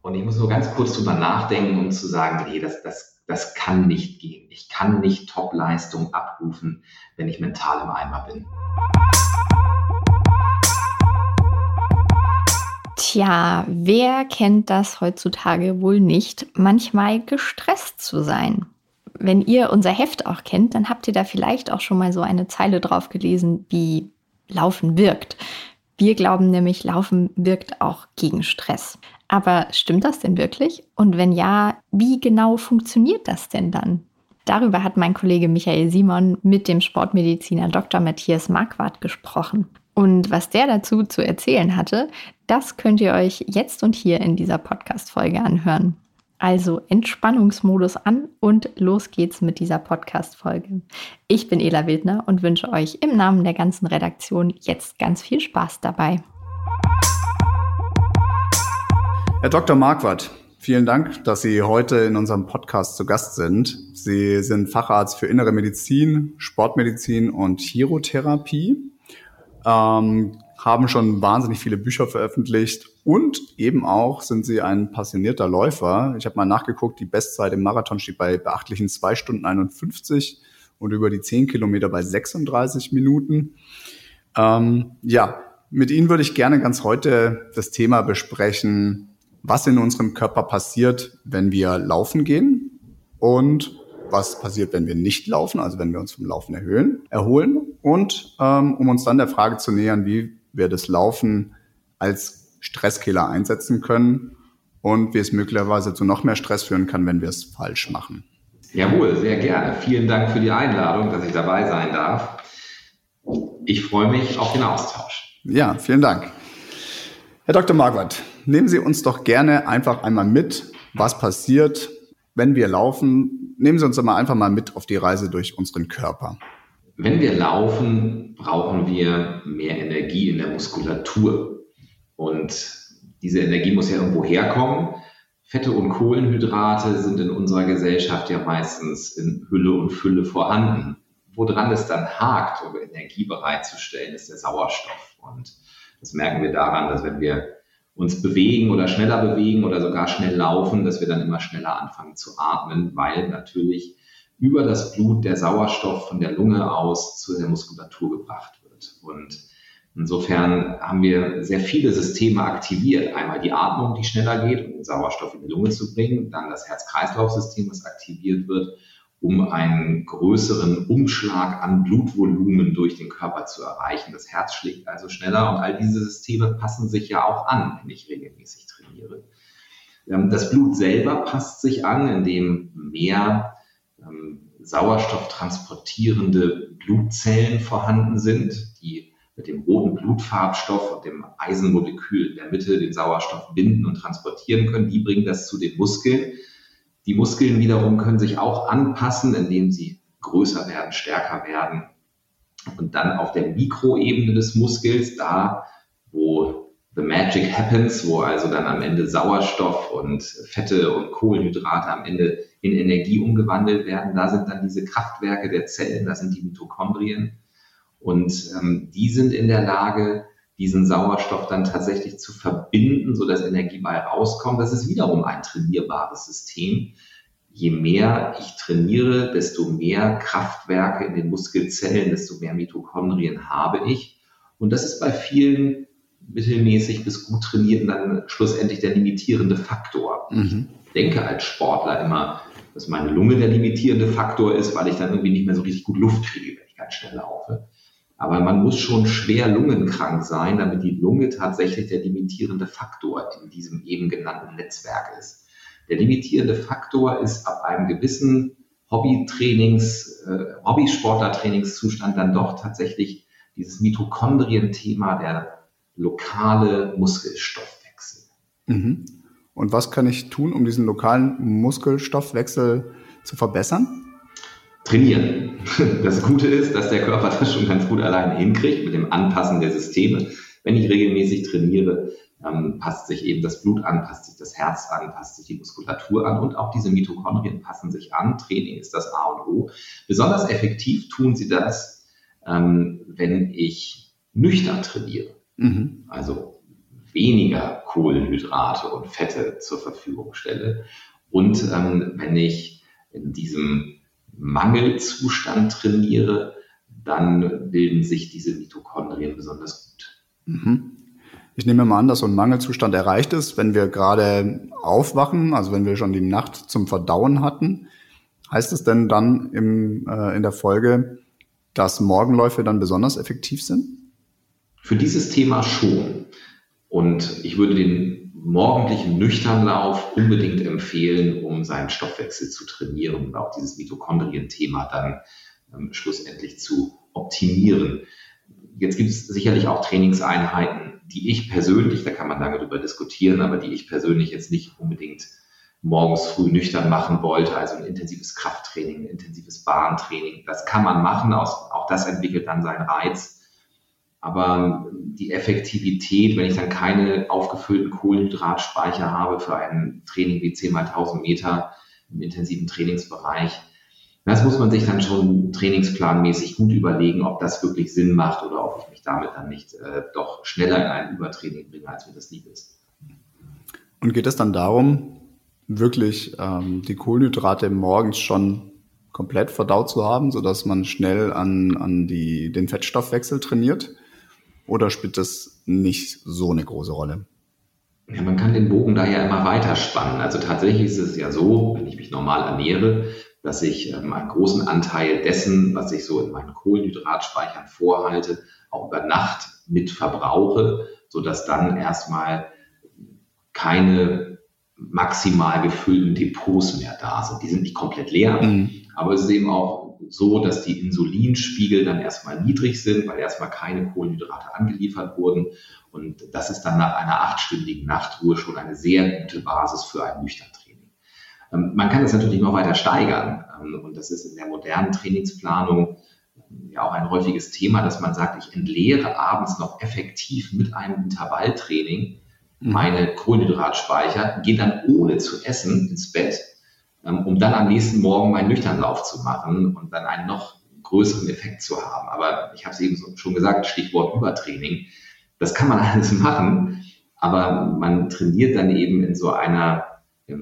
Und ich muss nur ganz kurz drüber nachdenken, um zu sagen, nee, das kann nicht gehen. Ich kann nicht Top-Leistung abrufen, wenn ich mental im Eimer bin. Tja, wer kennt das heutzutage wohl nicht, manchmal gestresst zu sein? Wenn ihr unser Heft auch kennt, dann habt ihr da vielleicht auch schon mal so eine Zeile drauf gelesen, wie Laufen wirkt. Wir glauben nämlich, Laufen wirkt auch gegen Stress. Aber stimmt das denn wirklich? Und wenn ja, wie genau funktioniert das denn dann? Darüber hat mein Kollege Michael Simon mit dem Sportmediziner Dr. Matthias Marquardt gesprochen. Und was der dazu zu erzählen hatte, das könnt ihr euch jetzt und hier in dieser Podcast-Folge anhören. Also Entspannungsmodus an und los geht's mit dieser Podcast-Folge. Ich bin Ela Wildner und wünsche euch im Namen der ganzen Redaktion jetzt ganz viel Spaß dabei. Herr Dr. Marquardt, vielen Dank, dass Sie heute in unserem Podcast zu Gast sind. Sie sind Facharzt für Innere Medizin, Sportmedizin und Chirotherapie, haben schon wahnsinnig viele Bücher veröffentlicht und eben auch sind Sie ein passionierter Läufer. Ich habe mal nachgeguckt, die Bestzeit im Marathon steht bei beachtlichen 2 Stunden 51 und über die 10 Kilometer bei 36 Minuten. Mit Ihnen würde ich gerne ganz heute das Thema besprechen, was in unserem Körper passiert, wenn wir laufen gehen und was passiert, wenn wir nicht laufen, also wenn wir uns vom Laufen erholen und um uns dann der Frage zu nähern, wie wir das Laufen als Stresskiller einsetzen können und wie es möglicherweise zu noch mehr Stress führen kann, wenn wir es falsch machen. Jawohl, sehr gerne. Vielen Dank für die Einladung, dass ich dabei sein darf. Ich freue mich auf den Austausch. Ja, vielen Dank. Herr Dr. Marquardt, nehmen Sie uns doch gerne einfach einmal mit, was passiert, wenn wir laufen. Nehmen Sie uns einfach mal mit auf die Reise durch unseren Körper. Wenn wir laufen, brauchen wir mehr Energie in der Muskulatur. Und diese Energie muss ja irgendwo herkommen. Fette und Kohlenhydrate sind in unserer Gesellschaft ja meistens in Hülle und Fülle vorhanden. Woran es dann hakt, um Energie bereitzustellen, ist der Sauerstoff. Und das merken wir daran, dass wenn wir uns bewegen oder schneller bewegen oder sogar schnell laufen, dass wir dann immer schneller anfangen zu atmen, weil natürlich über das Blut der Sauerstoff von der Lunge aus zu der Muskulatur gebracht wird. Und insofern haben wir sehr viele Systeme aktiviert. Einmal die Atmung, die schneller geht, um den Sauerstoff in die Lunge zu bringen. Dann das Herz-Kreislauf-System, das aktiviert wird, um einen größeren Umschlag an Blutvolumen durch den Körper zu erreichen. Das Herz schlägt also schneller und all diese Systeme passen sich ja auch an, wenn ich regelmäßig trainiere. Das Blut selber passt sich an, indem mehr sauerstofftransportierende Blutzellen vorhanden sind, die mit dem roten Blutfarbstoff und dem Eisenmolekül in der Mitte den Sauerstoff binden und transportieren können. Die bringen das zu den Muskeln. Die Muskeln wiederum können sich auch anpassen, indem sie größer werden, stärker werden. Und dann auf der Mikroebene des Muskels, da wo the magic happens, wo also dann am Ende Sauerstoff und Fette und Kohlenhydrate am Ende in Energie umgewandelt werden, da sind dann diese Kraftwerke der Zellen, das sind die Mitochondrien. Und die sind in der Lage, diesen Sauerstoff dann tatsächlich zu verbinden, sodass Energie bei rauskommt. Das ist wiederum ein trainierbares System. Je mehr ich trainiere, desto mehr Kraftwerke in den Muskelzellen, desto mehr Mitochondrien habe ich. Und das ist bei vielen mittelmäßig bis gut Trainierten dann schlussendlich der limitierende Faktor. Ich denke als Sportler immer, dass meine Lunge der limitierende Faktor ist, weil ich dann irgendwie nicht mehr so richtig gut Luft kriege, wenn ich ganz schnell laufe. Aber man muss schon schwer lungenkrank sein, damit die Lunge tatsächlich der limitierende Faktor in diesem eben genannten Netzwerk ist. Der limitierende Faktor ist ab einem gewissen Hobbysportlertrainingszustand dann doch tatsächlich dieses Mitochondrien-Thema, der lokale Muskelstoffwechsel. Und was kann ich tun, um diesen lokalen Muskelstoffwechsel zu verbessern? Trainieren. Das Gute ist, dass der Körper das schon ganz gut alleine hinkriegt mit dem Anpassen der Systeme. Wenn ich regelmäßig trainiere, passt sich eben das Blut an, passt sich das Herz an, passt sich die Muskulatur an und auch diese Mitochondrien passen sich an. Training ist das A und O. Besonders effektiv tun sie das, wenn ich nüchtern trainiere. Also weniger Kohlenhydrate und Fette zur Verfügung stelle. Und wenn ich in diesem Mangelzustand trainiere, dann bilden sich diese Mitochondrien besonders gut. Ich nehme mal an, dass so ein Mangelzustand erreicht ist, wenn wir gerade aufwachen, also wenn wir schon die Nacht zum Verdauen hatten. Heißt es denn dann in der Folge, dass Morgenläufe dann besonders effektiv sind? Für dieses Thema schon. Und ich würde den morgendlichen Nüchternlauf unbedingt empfehlen, um seinen Stoffwechsel zu trainieren und auch dieses Mitochondrien-Thema dann schlussendlich zu optimieren. Jetzt gibt es sicherlich auch Trainingseinheiten, die ich persönlich, da kann man lange drüber diskutieren, aber die ich persönlich jetzt nicht unbedingt morgens früh nüchtern machen wollte, also ein intensives Krafttraining, ein intensives Bahntraining. Das kann man machen, auch das entwickelt dann seinen Reiz. Aber die Effektivität, wenn ich dann keine aufgefüllten Kohlenhydratspeicher habe für ein Training wie 10 mal 1000 Meter im intensiven Trainingsbereich, das muss man sich dann schon trainingsplanmäßig gut überlegen, ob das wirklich Sinn macht oder ob ich mich damit dann nicht doch schneller in ein Übertraining bringe, als mir das lieb ist. Und geht es dann darum, wirklich die Kohlenhydrate morgens schon komplett verdaut zu haben, sodass man schnell an den Fettstoffwechsel trainiert? Oder spielt das nicht so eine große Rolle? Ja, man kann den Bogen da ja immer weiter spannen. Also tatsächlich ist es ja so, wenn ich mich normal ernähre, dass ich einen großen Anteil dessen, was ich so in meinen Kohlenhydratspeichern vorhalte, auch über Nacht mit verbrauche, sodass dann erstmal keine maximal gefüllten Depots mehr da sind. Die sind nicht komplett leer, aber es ist eben auch so, dass die Insulinspiegel dann erstmal niedrig sind, weil erstmal keine Kohlenhydrate angeliefert wurden. Und das ist dann nach einer 8-stündigen Nachtruhe schon eine sehr gute Basis für ein Nüchterntraining. Man kann das natürlich noch weiter steigern. Und das ist in der modernen Trainingsplanung ja auch ein häufiges Thema, dass man sagt, ich entleere abends noch effektiv mit einem Intervalltraining meine Kohlenhydratspeicher, gehe dann ohne zu essen ins Bett, um dann am nächsten Morgen meinen Nüchternlauf zu machen und dann einen noch größeren Effekt zu haben. Aber ich habe es eben schon gesagt, Stichwort Übertraining. Das kann man alles machen, aber man trainiert dann eben in einer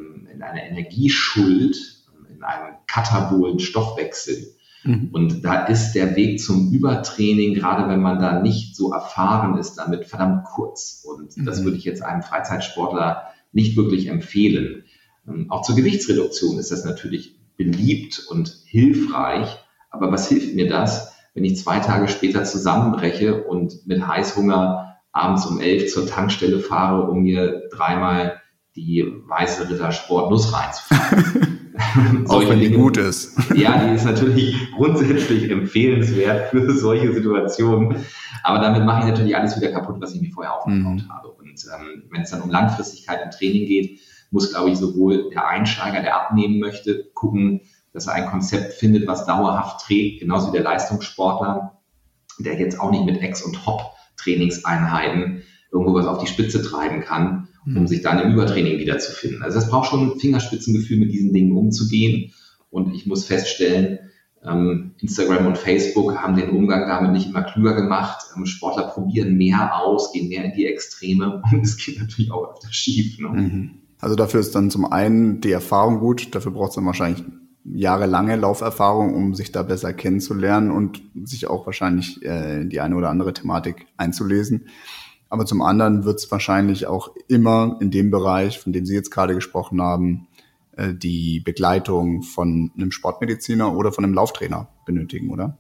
Energieschuld, in einem katabolen Stoffwechsel. Und da ist der Weg zum Übertraining, gerade wenn man da nicht so erfahren ist, damit verdammt kurz. Und das würde ich jetzt einem Freizeitsportler nicht wirklich empfehlen. Auch zur Gewichtsreduktion ist das natürlich beliebt und hilfreich. Aber was hilft mir das, wenn ich 2 Tage später zusammenbreche und mit Heißhunger abends um 11 zur Tankstelle fahre, um mir 3-mal die Weiße Ritter Sport Nuss reinzufahren? Auch wenn die gut ist. Ja, die ist natürlich grundsätzlich empfehlenswert für solche Situationen. Aber damit mache ich natürlich alles wieder kaputt, was ich mir vorher aufgebaut habe. Und wenn es dann um Langfristigkeit im Training geht, muss, glaube ich, sowohl der Einsteiger, der abnehmen möchte, gucken, dass er ein Konzept findet, was dauerhaft trägt, genauso wie der Leistungssportler, der jetzt auch nicht mit Ex- und Hop-Trainingseinheiten irgendwo was auf die Spitze treiben kann, um sich dann im Übertraining wiederzufinden. Also das braucht schon ein Fingerspitzengefühl, mit diesen Dingen umzugehen. Und ich muss feststellen, Instagram und Facebook haben den Umgang damit nicht immer klüger gemacht. Sportler probieren mehr aus, gehen mehr in die Extreme und es geht natürlich auch öfter schief. Ne? Also dafür ist dann zum einen die Erfahrung gut, dafür braucht es dann wahrscheinlich jahrelange Lauferfahrung, um sich da besser kennenzulernen und sich auch wahrscheinlich in die eine oder andere Thematik einzulesen. Aber zum anderen wird es wahrscheinlich auch immer in dem Bereich, von dem Sie jetzt gerade gesprochen haben, die Begleitung von einem Sportmediziner oder von einem Lauftrainer benötigen, oder?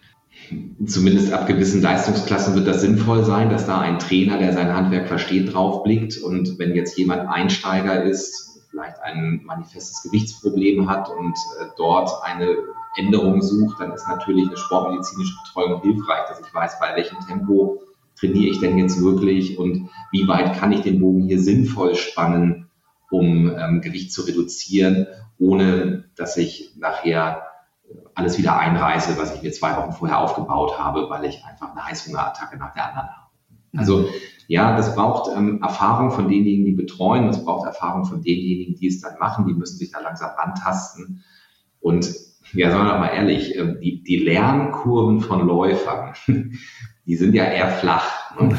Zumindest ab gewissen Leistungsklassen wird das sinnvoll sein, dass da ein Trainer, der sein Handwerk versteht, drauf blickt. Und wenn jetzt jemand Einsteiger ist, vielleicht ein manifestes Gewichtsproblem hat und dort eine Änderung sucht, dann ist natürlich eine sportmedizinische Betreuung hilfreich, dass ich weiß, bei welchem Tempo trainiere ich denn jetzt wirklich und wie weit kann ich den Bogen hier sinnvoll spannen, um Gewicht zu reduzieren, ohne dass ich nachher alles wieder einreiße, was ich mir 2 Wochen vorher aufgebaut habe, weil ich einfach eine Heißhungerattacke nach der anderen habe. Also ja, das braucht Erfahrung von denjenigen, die betreuen, das braucht Erfahrung von denjenigen, die es dann machen, die müssen sich da langsam rantasten. Und ja, sagen wir doch mal ehrlich, die Lernkurven von Läufern, die sind ja eher flach. Ne?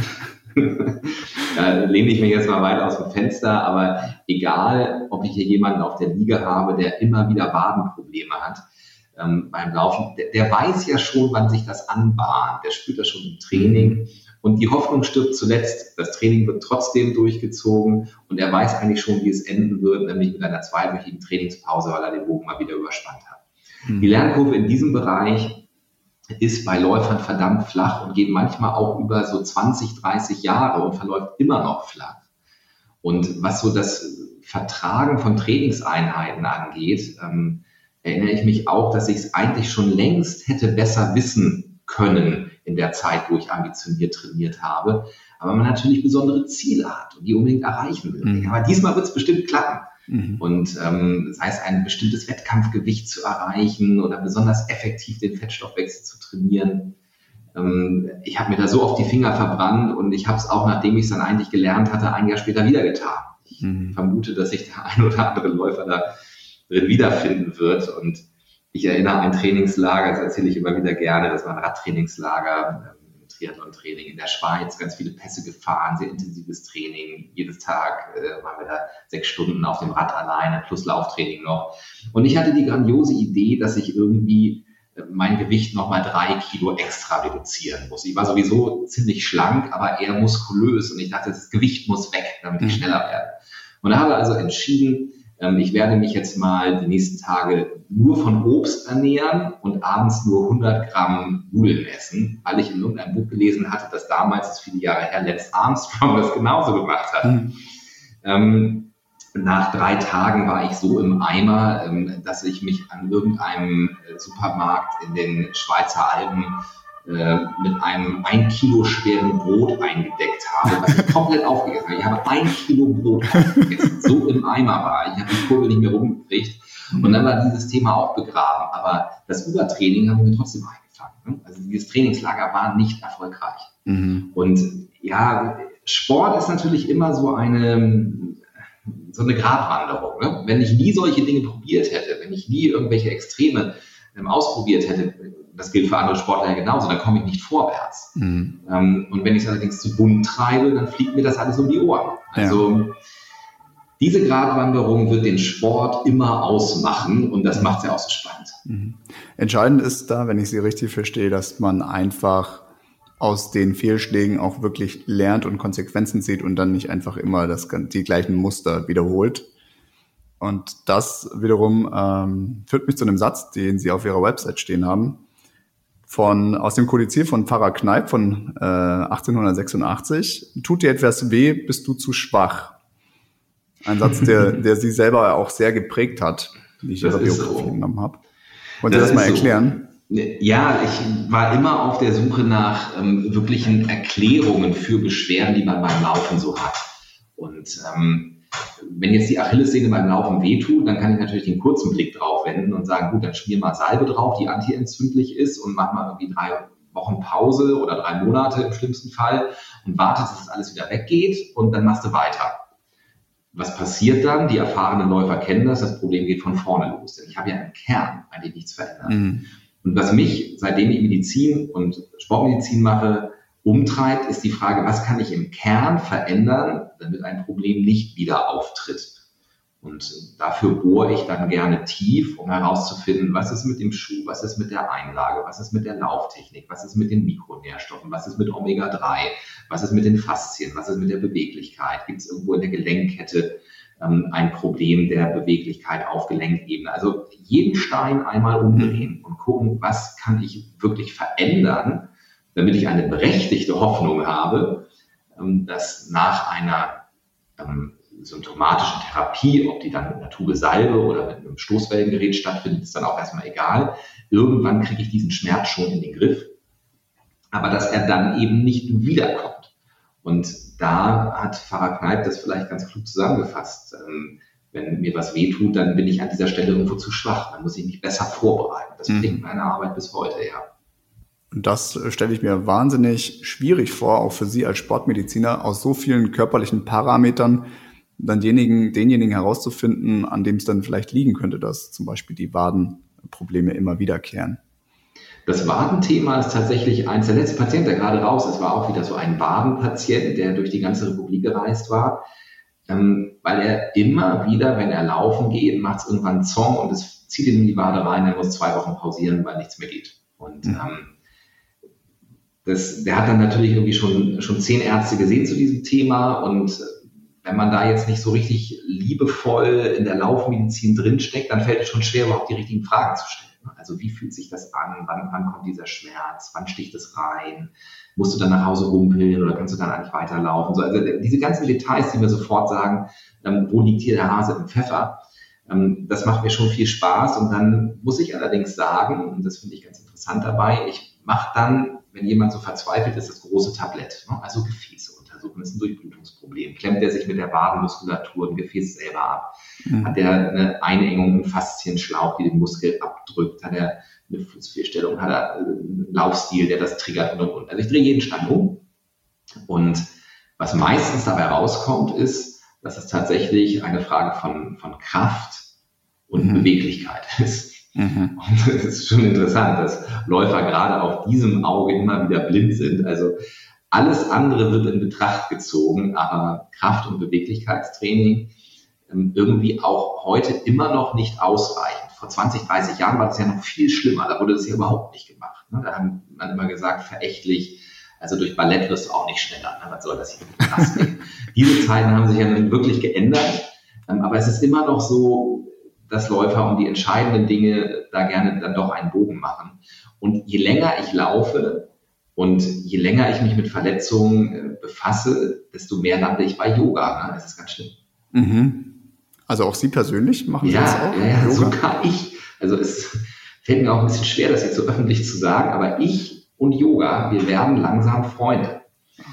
Da lehne ich mich jetzt mal weit aus dem Fenster, aber egal, ob ich hier jemanden auf der Liege habe, der immer wieder Wadenprobleme hat beim Laufen, der weiß ja schon, wann sich das anbahnt, der spürt das schon im Training und die Hoffnung stirbt zuletzt. Das Training wird trotzdem durchgezogen und er weiß eigentlich schon, wie es enden wird, nämlich mit einer zweiwöchigen Trainingspause, weil er den Bogen mal wieder überspannt hat. Die Lernkurve in diesem Bereich ist bei Läufern verdammt flach und geht manchmal auch über so 20, 30 Jahre und verläuft immer noch flach. Und was so das Vertragen von Trainingseinheiten angeht, erinnere ich mich auch, dass ich es eigentlich schon längst hätte besser wissen können in der Zeit, wo ich ambitioniert trainiert habe. Aber man natürlich besondere Ziele hat und die unbedingt erreichen will. Aber diesmal wird es bestimmt klappen. Und sei es ein bestimmtes Wettkampfgewicht zu erreichen oder besonders effektiv den Fettstoffwechsel zu trainieren. Ich habe mir da so oft die Finger verbrannt und ich habe es auch, nachdem ich es dann eigentlich gelernt hatte, ein Jahr später wieder getan. Ich vermute, dass sich der ein oder andere Läufer da drin wiederfinden wird. Und ich erinnere an ein Trainingslager, das erzähle ich immer wieder gerne, das war ein Radtrainingslager, Triathlon-Training in der Schweiz, ganz viele Pässe gefahren, sehr intensives Training. Jedes Tag waren wir da 6 Stunden auf dem Rad alleine, plus Lauftraining noch. Und ich hatte die grandiose Idee, dass ich irgendwie mein Gewicht nochmal 3 Kilo extra reduzieren muss. Ich war sowieso ziemlich schlank, aber eher muskulös. Und ich dachte, das Gewicht muss weg, damit ich schneller werde. Und habe also entschieden, ich werde mich jetzt mal die nächsten Tage nur von Obst ernähren und abends nur 100 Gramm Nudeln essen, weil ich in irgendeinem Buch gelesen hatte, dass damals, das ist viele Jahre her, Lance Armstrong das genauso gemacht hat. Nach 3 Tagen war ich so im Eimer, dass ich mich an irgendeinem Supermarkt in den Schweizer Alpen mit einem 1 Kilo schweren Brot eingedeckt habe, was ich komplett aufgegessen habe. Ich habe 1 Kilo Brot aufgegessen, so im Eimer war ich. Ich habe die Kurve nicht mehr rumgekriegt. Und dann war dieses Thema auch begraben. Aber das Übertraining haben wir trotzdem eingefangen. Also dieses Trainingslager war nicht erfolgreich. Und ja, Sport ist natürlich immer so eine Gratwanderung. Ne? Wenn ich nie solche Dinge probiert hätte, wenn ich nie irgendwelche Extreme ausprobiert hätte, das gilt für andere Sportler genauso, dann komme ich nicht vorwärts. Und wenn ich es allerdings zu bunt treibe, dann fliegt mir das alles um die Ohren. Also diese Gratwanderung wird den Sport immer ausmachen und das macht es ja auch so spannend. Entscheidend ist da, wenn ich Sie richtig verstehe, dass man einfach aus den Fehlschlägen auch wirklich lernt und Konsequenzen zieht und dann nicht einfach immer die gleichen Muster wiederholt. Und das wiederum führt mich zu einem Satz, den Sie auf Ihrer Website stehen haben, aus dem Kodizier von Pfarrer Kneipp von 1886. Tut dir etwas weh, bist du zu schwach. Ein Satz, der Sie selber auch sehr geprägt hat, wie ich Ihre Biografie genommen habe. Wollen Sie das mal erklären? Ja, ich war immer auf der Suche nach wirklichen Erklärungen für Beschwerden, die man beim Laufen so hat. Und wenn jetzt die Achillessehne beim Laufen wehtut, dann kann ich natürlich den kurzen Blick drauf wenden und sagen, gut, dann schmier mal Salbe drauf, die antientzündlich ist und mach mal irgendwie 3 Wochen Pause oder 3 Monate im schlimmsten Fall und wartest, dass das alles wieder weggeht und dann machst du weiter. Was passiert dann? Die erfahrenen Läufer kennen das Problem geht von vorne los. Denn ich habe ja im Kern eigentlich nichts verändert. Und was mich, seitdem ich Medizin und Sportmedizin mache, umtreibt, ist die Frage, was kann ich im Kern verändern, damit ein Problem nicht wieder auftritt. Und dafür bohre ich dann gerne tief, um herauszufinden, was ist mit dem Schuh, was ist mit der Einlage, was ist mit der Lauftechnik, was ist mit den Mikronährstoffen, was ist mit Omega-3, was ist mit den Faszien, was ist mit der Beweglichkeit, gibt es irgendwo in der Gelenkkette ein Problem der Beweglichkeit auf Gelenkebene. Also jeden Stein einmal umdrehen und gucken, was kann ich wirklich verändern, damit ich eine berechtigte Hoffnung habe, dass nach einer symptomatischen Therapie, ob die dann mit einer Tube Salbe oder mit einem Stoßwellengerät stattfindet, ist dann auch erstmal egal. Irgendwann kriege ich diesen Schmerz schon in den Griff, aber dass er dann eben nicht wiederkommt. Und da hat Pfarrer Kneipp das vielleicht ganz klug zusammengefasst. Wenn mir was wehtut, dann bin ich an dieser Stelle irgendwo zu schwach. Dann muss ich mich besser vorbereiten. Das bringt meine Arbeit bis heute, ja. Und das stelle ich mir wahnsinnig schwierig vor, auch für Sie als Sportmediziner, aus so vielen körperlichen Parametern dann denjenigen herauszufinden, an dem es dann vielleicht liegen könnte, dass zum Beispiel die Wadenprobleme immer wiederkehren. Das Wadenthema ist tatsächlich eins. Der letzte Patient, der gerade raus ist, war auch wieder so ein Wadenpatient, der durch die ganze Republik gereist war, weil er immer wieder, wenn er laufen geht, macht es irgendwann Zong und es zieht ihn in die Wade rein, er muss 2 Wochen pausieren, weil nichts mehr geht. Und der hat dann natürlich irgendwie schon 10 Ärzte gesehen zu diesem Thema, und wenn man da jetzt nicht so richtig liebevoll in der Laufmedizin drinsteckt, dann fällt es schon schwer, überhaupt die richtigen Fragen zu stellen. Also wie fühlt sich das an? Wann kommt dieser Schmerz? Wann sticht es rein? Musst du dann nach Hause humpeln oder kannst du dann eigentlich weiterlaufen? So, also diese ganzen Details, die mir sofort sagen, wo liegt hier der Hase im Pfeffer? Das macht mir schon viel Spaß. Und dann muss ich allerdings sagen, und das finde ich ganz interessant dabei, ich mache dann, wenn jemand so verzweifelt ist, das große Tablett, also Gefäße untersuchen, das ist ein Durchblutungsproblem. Klemmt er sich mit der Wadenmuskulatur ein Gefäß selber ab? Hat er eine Einengung im Faszienschlauch, die den Muskel abdrückt? Hat er eine Fußfehlstellung? Hat er einen Laufstil, der das triggert? Und. Also ich drehe jeden Stein um. Und was meistens dabei rauskommt, ist, dass es tatsächlich eine Frage von Kraft und Beweglichkeit ist. Und das ist schon interessant, dass Läufer gerade auf diesem Auge immer wieder blind sind. Also alles andere wird in Betracht gezogen, aber Kraft- und Beweglichkeitstraining irgendwie auch heute immer noch nicht ausreichend. Vor 20, 30 Jahren war das ja noch viel schlimmer, da wurde das ja überhaupt nicht gemacht. Da haben man immer gesagt, verächtlich, also durch Ballett wirst du auch nicht schneller. Was soll das hier krass gehen? Diese Zeiten haben sich ja nun wirklich geändert, aber es ist immer noch so, dass Läufer um die entscheidenden Dinge da gerne dann doch einen Bogen machen. Und je länger ich laufe und je länger ich mich mit Verletzungen befasse, desto mehr lande ich bei Yoga. Das ist ganz schlimm. Also auch Sie persönlich machen Sie das auch? Ja, sogar ich. Also es fällt mir auch ein bisschen schwer, das jetzt so öffentlich zu sagen, aber ich und Yoga, wir werden langsam Freunde.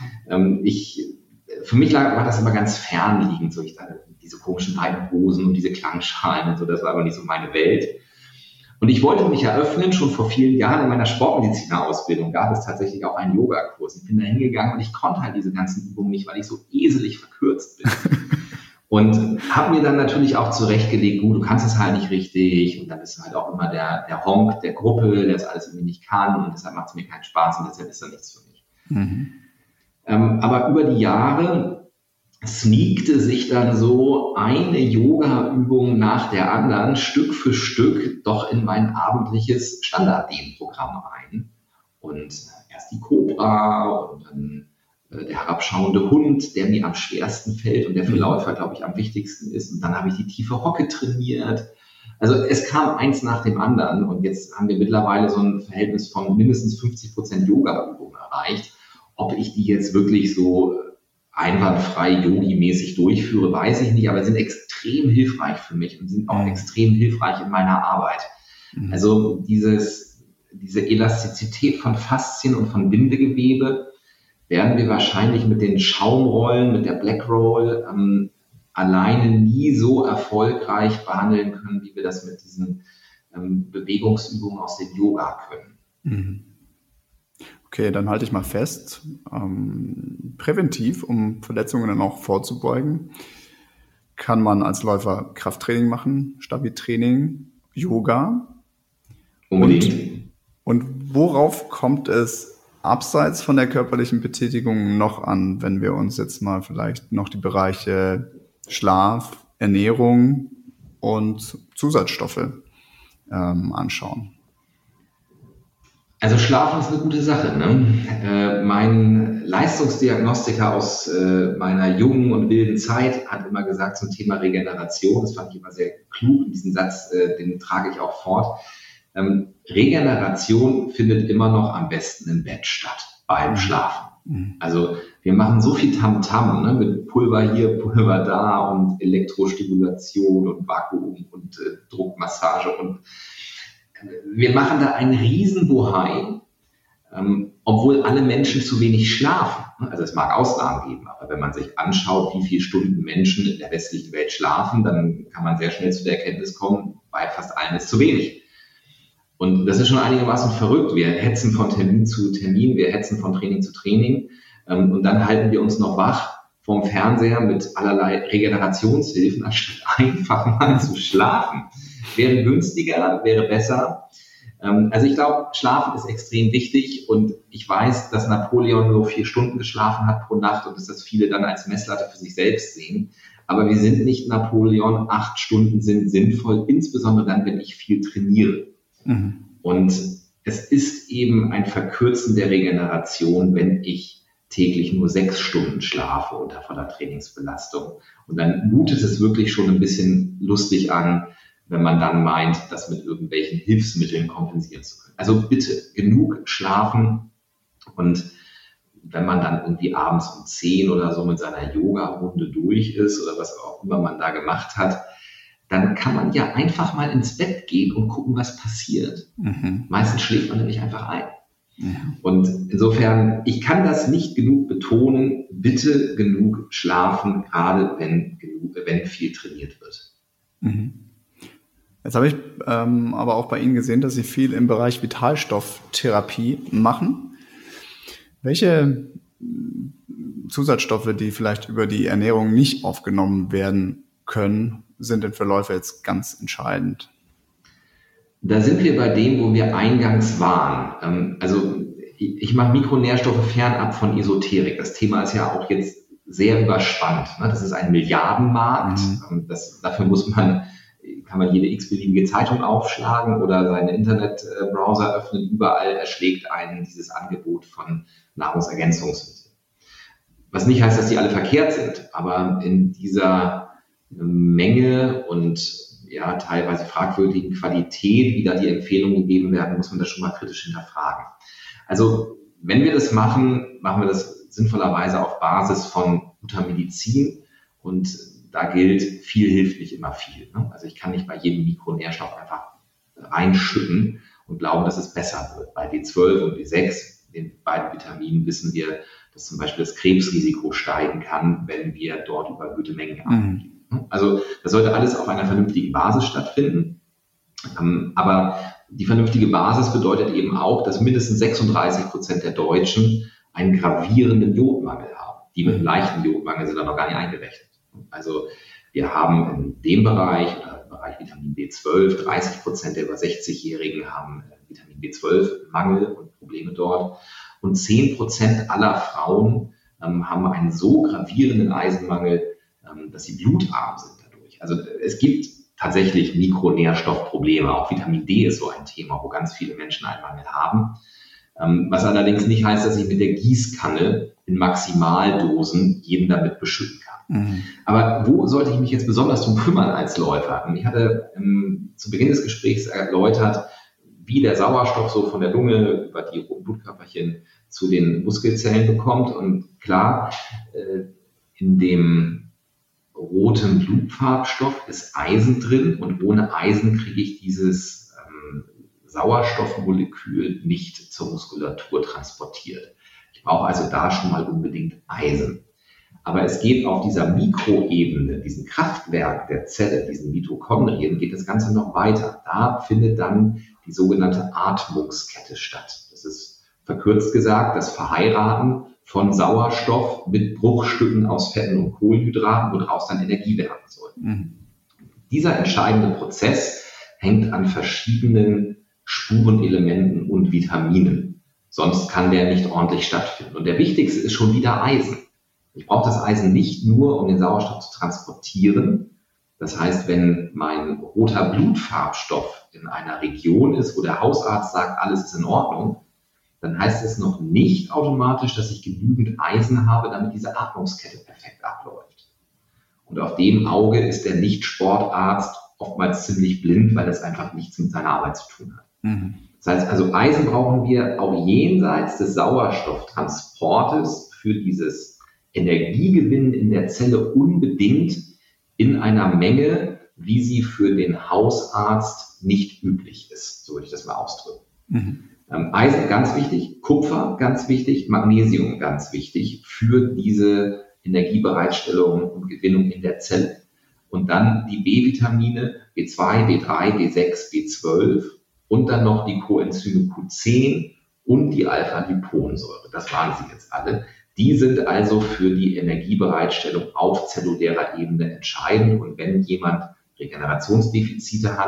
Für mich war das immer ganz fernliegend, so diese komischen weiten Hosen und diese Klangschalen und so, das war aber nicht so meine Welt. Und ich wollte mich eröffnen, schon vor vielen Jahren in meiner Sportmedizinerausbildung gab es tatsächlich auch einen Yogakurs. Ich bin da hingegangen und ich konnte halt diese ganzen Übungen nicht, weil ich so eselig verkürzt bin. Und habe mir dann natürlich auch zurechtgelegt, du kannst es halt nicht richtig, und dann ist halt auch immer der Honk der Gruppe, der es alles irgendwie nicht kann, und deshalb macht es mir keinen Spaß und deshalb ist das nichts für mich. Aber über die Jahre sneakte sich dann so eine Yoga-Übung nach der anderen Stück für Stück doch in mein abendliches Standarddehnprogramm ein. Und erst die Cobra und dann der herabschauende Hund, der mir am schwersten fällt und der für Läufer, glaube ich, am wichtigsten ist. Und dann habe ich die tiefe Hocke trainiert. Also es kam eins nach dem anderen, und jetzt haben wir mittlerweile so ein Verhältnis von mindestens 50% Yoga-Übungen erreicht. Ob ich die jetzt wirklich so einwandfrei yogi-mäßig durchführe, weiß ich nicht, aber sind extrem hilfreich für mich und sind auch extrem hilfreich in meiner Arbeit. Also diese Elastizität von Faszien und von Bindegewebe werden wir wahrscheinlich mit den Schaumrollen, mit der Black Roll alleine nie so erfolgreich behandeln können, wie wir das mit diesen Bewegungsübungen aus dem Yoga können. Okay, dann halte ich mal fest. Präventiv, um Verletzungen dann auch vorzubeugen, kann man als Läufer Krafttraining machen, Stabi-Training, Yoga. Unbedingt. Und worauf kommt es abseits von der körperlichen Betätigung noch an, wenn wir uns jetzt mal vielleicht noch die Bereiche Schlaf, Ernährung und Zusatzstoffe anschauen? Also Schlafen ist eine gute Sache. Mein Leistungsdiagnostiker aus meiner jungen und wilden Zeit hat immer gesagt zum Thema Regeneration, das fand ich immer sehr klug, und diesen Satz, den trage ich auch fort. Regeneration findet immer noch am besten im Bett statt, beim Schlafen. Also wir machen so viel Tamtam, mit Pulver hier, Pulver da und Elektrostimulation und Vakuum und Druckmassage, und wir machen da einen riesen Bohai, obwohl alle Menschen zu wenig schlafen. Also es mag Ausnahmen geben, aber wenn man sich anschaut, wie viele Stunden Menschen in der westlichen Welt schlafen, dann kann man sehr schnell zu der Erkenntnis kommen, bei fast allen ist zu wenig. Und das ist schon einigermaßen verrückt. Wir hetzen von Termin zu Termin, wir hetzen von Training zu Training, und dann halten wir uns noch wach vorm Fernseher mit allerlei Regenerationshilfen, anstatt einfach mal zu schlafen. Wäre günstiger, wäre besser. Also ich glaube, Schlafen ist extrem wichtig und ich weiß, dass Napoleon nur 4 Stunden geschlafen hat pro Nacht und dass das viele dann als Messlatte für sich selbst sehen. Aber wir sind nicht Napoleon. 8 Stunden sind sinnvoll, insbesondere dann, wenn ich viel trainiere. Und es ist eben ein Verkürzen der Regeneration, wenn ich täglich nur 6 Stunden schlafe unter voller Trainingsbelastung. Und dann mutet es wirklich schon ein bisschen lustig an, wenn man dann meint, das mit irgendwelchen Hilfsmitteln kompensieren zu können. Also bitte genug schlafen, und wenn man dann irgendwie abends um 10 oder so mit seiner Yoga-Runde durch ist oder was auch immer man da gemacht hat, dann kann man ja einfach mal ins Bett gehen und gucken, was passiert. Meistens schläft man nämlich einfach ein. Und insofern, ich kann das nicht genug betonen, bitte genug schlafen, gerade wenn viel trainiert wird. Jetzt habe ich aber auch bei Ihnen gesehen, dass Sie viel im Bereich Vitalstofftherapie machen. Welche Zusatzstoffe, die vielleicht über die Ernährung nicht aufgenommen werden können, sind denn für Läufer jetzt ganz entscheidend? Da sind wir bei dem, wo wir eingangs waren. Also ich mache Mikronährstoffe fernab von Esoterik. Das Thema ist ja auch jetzt sehr überspannt. Das ist ein Milliardenmarkt. Dafür kann man jede x-beliebige Zeitung aufschlagen oder seinen Internetbrowser öffnen. Überall erschlägt einen dieses Angebot von Nahrungsergänzungsmitteln. Was nicht heißt, dass die alle verkehrt sind, aber in dieser Menge und ja teilweise fragwürdigen Qualität, wie da die Empfehlungen gegeben werden, muss man das schon mal kritisch hinterfragen. Also wenn wir das machen, machen wir das sinnvollerweise auf Basis von guter Medizin, und da gilt, viel hilft nicht immer viel. Also ich kann nicht bei jedem Mikronährstoff einfach reinschütten und glauben, dass es besser wird. Bei B12 und B6, den beiden Vitaminen, wissen wir, dass zum Beispiel das Krebsrisiko steigen kann, wenn wir dort überhöhte Mengen abgeben. Also das sollte alles auf einer vernünftigen Basis stattfinden. Aber die vernünftige Basis bedeutet eben auch, dass mindestens 36% der Deutschen einen gravierenden Jodmangel haben. Die mit einem leichten Jodmangel sind da noch gar nicht eingerechnet. Also wir haben in dem Bereich, oder im Bereich Vitamin B12, 30% der über 60-Jährigen haben Vitamin B12-Mangel und Probleme dort. Und 10% aller Frauen haben einen so gravierenden Eisenmangel, dass sie blutarm sind dadurch. Also es gibt tatsächlich Mikronährstoffprobleme. Auch Vitamin D ist so ein Thema, wo ganz viele Menschen einen Mangel haben. Was allerdings nicht heißt, dass ich mit der Gießkanne in Maximaldosen jeden damit beschütten kann. Aber wo sollte ich mich jetzt besonders drum kümmern als Läufer? Ich hatte zu Beginn des Gesprächs erläutert, wie der Sauerstoff so von der Lunge über die roten Blutkörperchen zu den Muskelzellen bekommt. Und klar, in dem roten Blutfarbstoff ist Eisen drin, und ohne Eisen kriege ich dieses Sauerstoffmolekül nicht zur Muskulatur transportiert. Ich brauche also da schon mal unbedingt Eisen. Aber es geht auf dieser Mikroebene, diesem Kraftwerk der Zelle, diesen Mitochondrien, geht das Ganze noch weiter. Da findet dann die sogenannte Atmungskette statt. Das ist verkürzt gesagt das Verheiraten von Sauerstoff mit Bruchstücken aus Fetten und Kohlenhydraten, woraus dann Energie werden soll. Dieser entscheidende Prozess hängt an verschiedenen Spurenelementen und Vitaminen. Sonst kann der nicht ordentlich stattfinden. Und der wichtigste ist schon wieder Eisen. Ich brauche das Eisen nicht nur, um den Sauerstoff zu transportieren. Das heißt, wenn mein roter Blutfarbstoff in einer Region ist, wo der Hausarzt sagt, alles ist in Ordnung, dann heißt es noch nicht automatisch, dass ich genügend Eisen habe, damit diese Atmungskette perfekt abläuft. Und auf dem Auge ist der Nicht-Sportarzt oftmals ziemlich blind, weil das einfach nichts mit seiner Arbeit zu tun hat. Das heißt also, Eisen brauchen wir auch jenseits des Sauerstofftransportes für dieses Energiegewinnen in der Zelle unbedingt in einer Menge, wie sie für den Hausarzt nicht üblich ist. So würde ich das mal ausdrücken. Eisen ganz wichtig, Kupfer ganz wichtig, Magnesium ganz wichtig für diese Energiebereitstellung und Gewinnung in der Zelle. Und dann die B-Vitamine, B2, B3, B6, B12 und dann noch die Coenzyme Q10 und die Alpha-Liponsäure. Das waren sie jetzt alle. Die sind also für die Energiebereitstellung auf zellulärer Ebene entscheidend. Und wenn jemand Regenerationsdefizite hat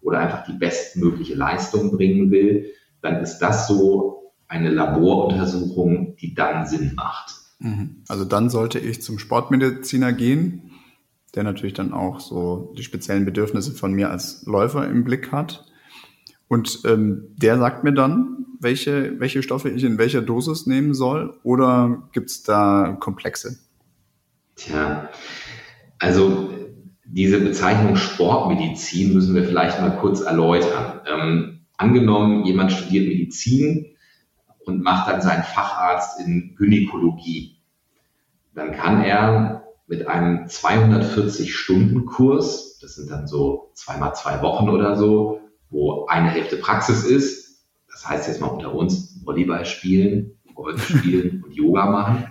oder einfach die bestmögliche Leistung bringen will, dann ist das so eine Laboruntersuchung, die dann Sinn macht. Also dann sollte ich zum Sportmediziner gehen, der natürlich dann auch so die speziellen Bedürfnisse von mir als Läufer im Blick hat. Und der sagt mir dann, welche Stoffe ich in welcher Dosis nehmen soll, oder gibt es da Komplexe? Tja, also diese Bezeichnung Sportmedizin müssen wir vielleicht mal kurz erläutern. Angenommen, jemand studiert Medizin und macht dann seinen Facharzt in Gynäkologie. Dann kann er mit einem 240-Stunden-Kurs, das sind dann so 2x2 Wochen oder so, wo eine Hälfte Praxis ist, das heißt jetzt mal unter uns, Volleyball spielen, Golf spielen und Yoga machen.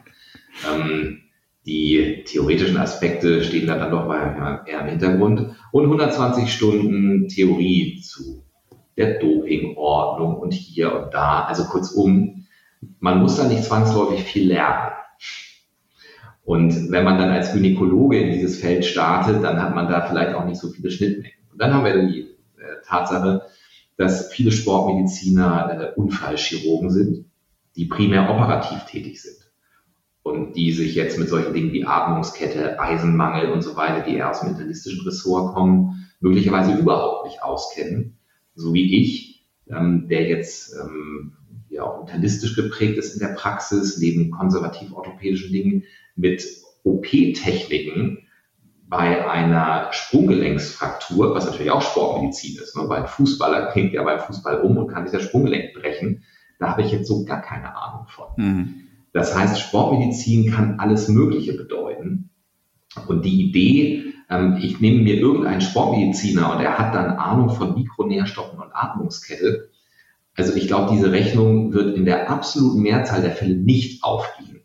Die theoretischen Aspekte stehen dann doch mal eher im Hintergrund. Und 120 Stunden Theorie zu der Dopingordnung und hier und da. Also kurzum, man muss da nicht zwangsläufig viel lernen. Und wenn man dann als Gynäkologe in dieses Feld startet, dann hat man da vielleicht auch nicht so viele Schnittmengen. Und dann haben wir die Tatsache, dass viele Sportmediziner Unfallchirurgen sind, die primär operativ tätig sind. Und die sich jetzt mit solchen Dingen wie Atmungskette, Eisenmangel und so weiter, die eher aus dem internistischen Ressort kommen, möglicherweise überhaupt nicht auskennen. So wie ich, der jetzt ja auch internistisch geprägt ist in der Praxis, neben konservativ-orthopädischen Dingen, mit OP-Techniken bei einer Sprunggelenksfraktur, was natürlich auch Sportmedizin ist, ne? Weil ein Fußballer knickt ja beim Fußball um und kann sich das Sprunggelenk brechen. Da habe ich jetzt so gar keine Ahnung von. Das heißt, Sportmedizin kann alles Mögliche bedeuten. Und die Idee, ich nehme mir irgendeinen Sportmediziner und er hat dann Ahnung von Mikronährstoffen und Atmungskette. Also ich glaube, diese Rechnung wird in der absoluten Mehrzahl der Fälle nicht aufgehen.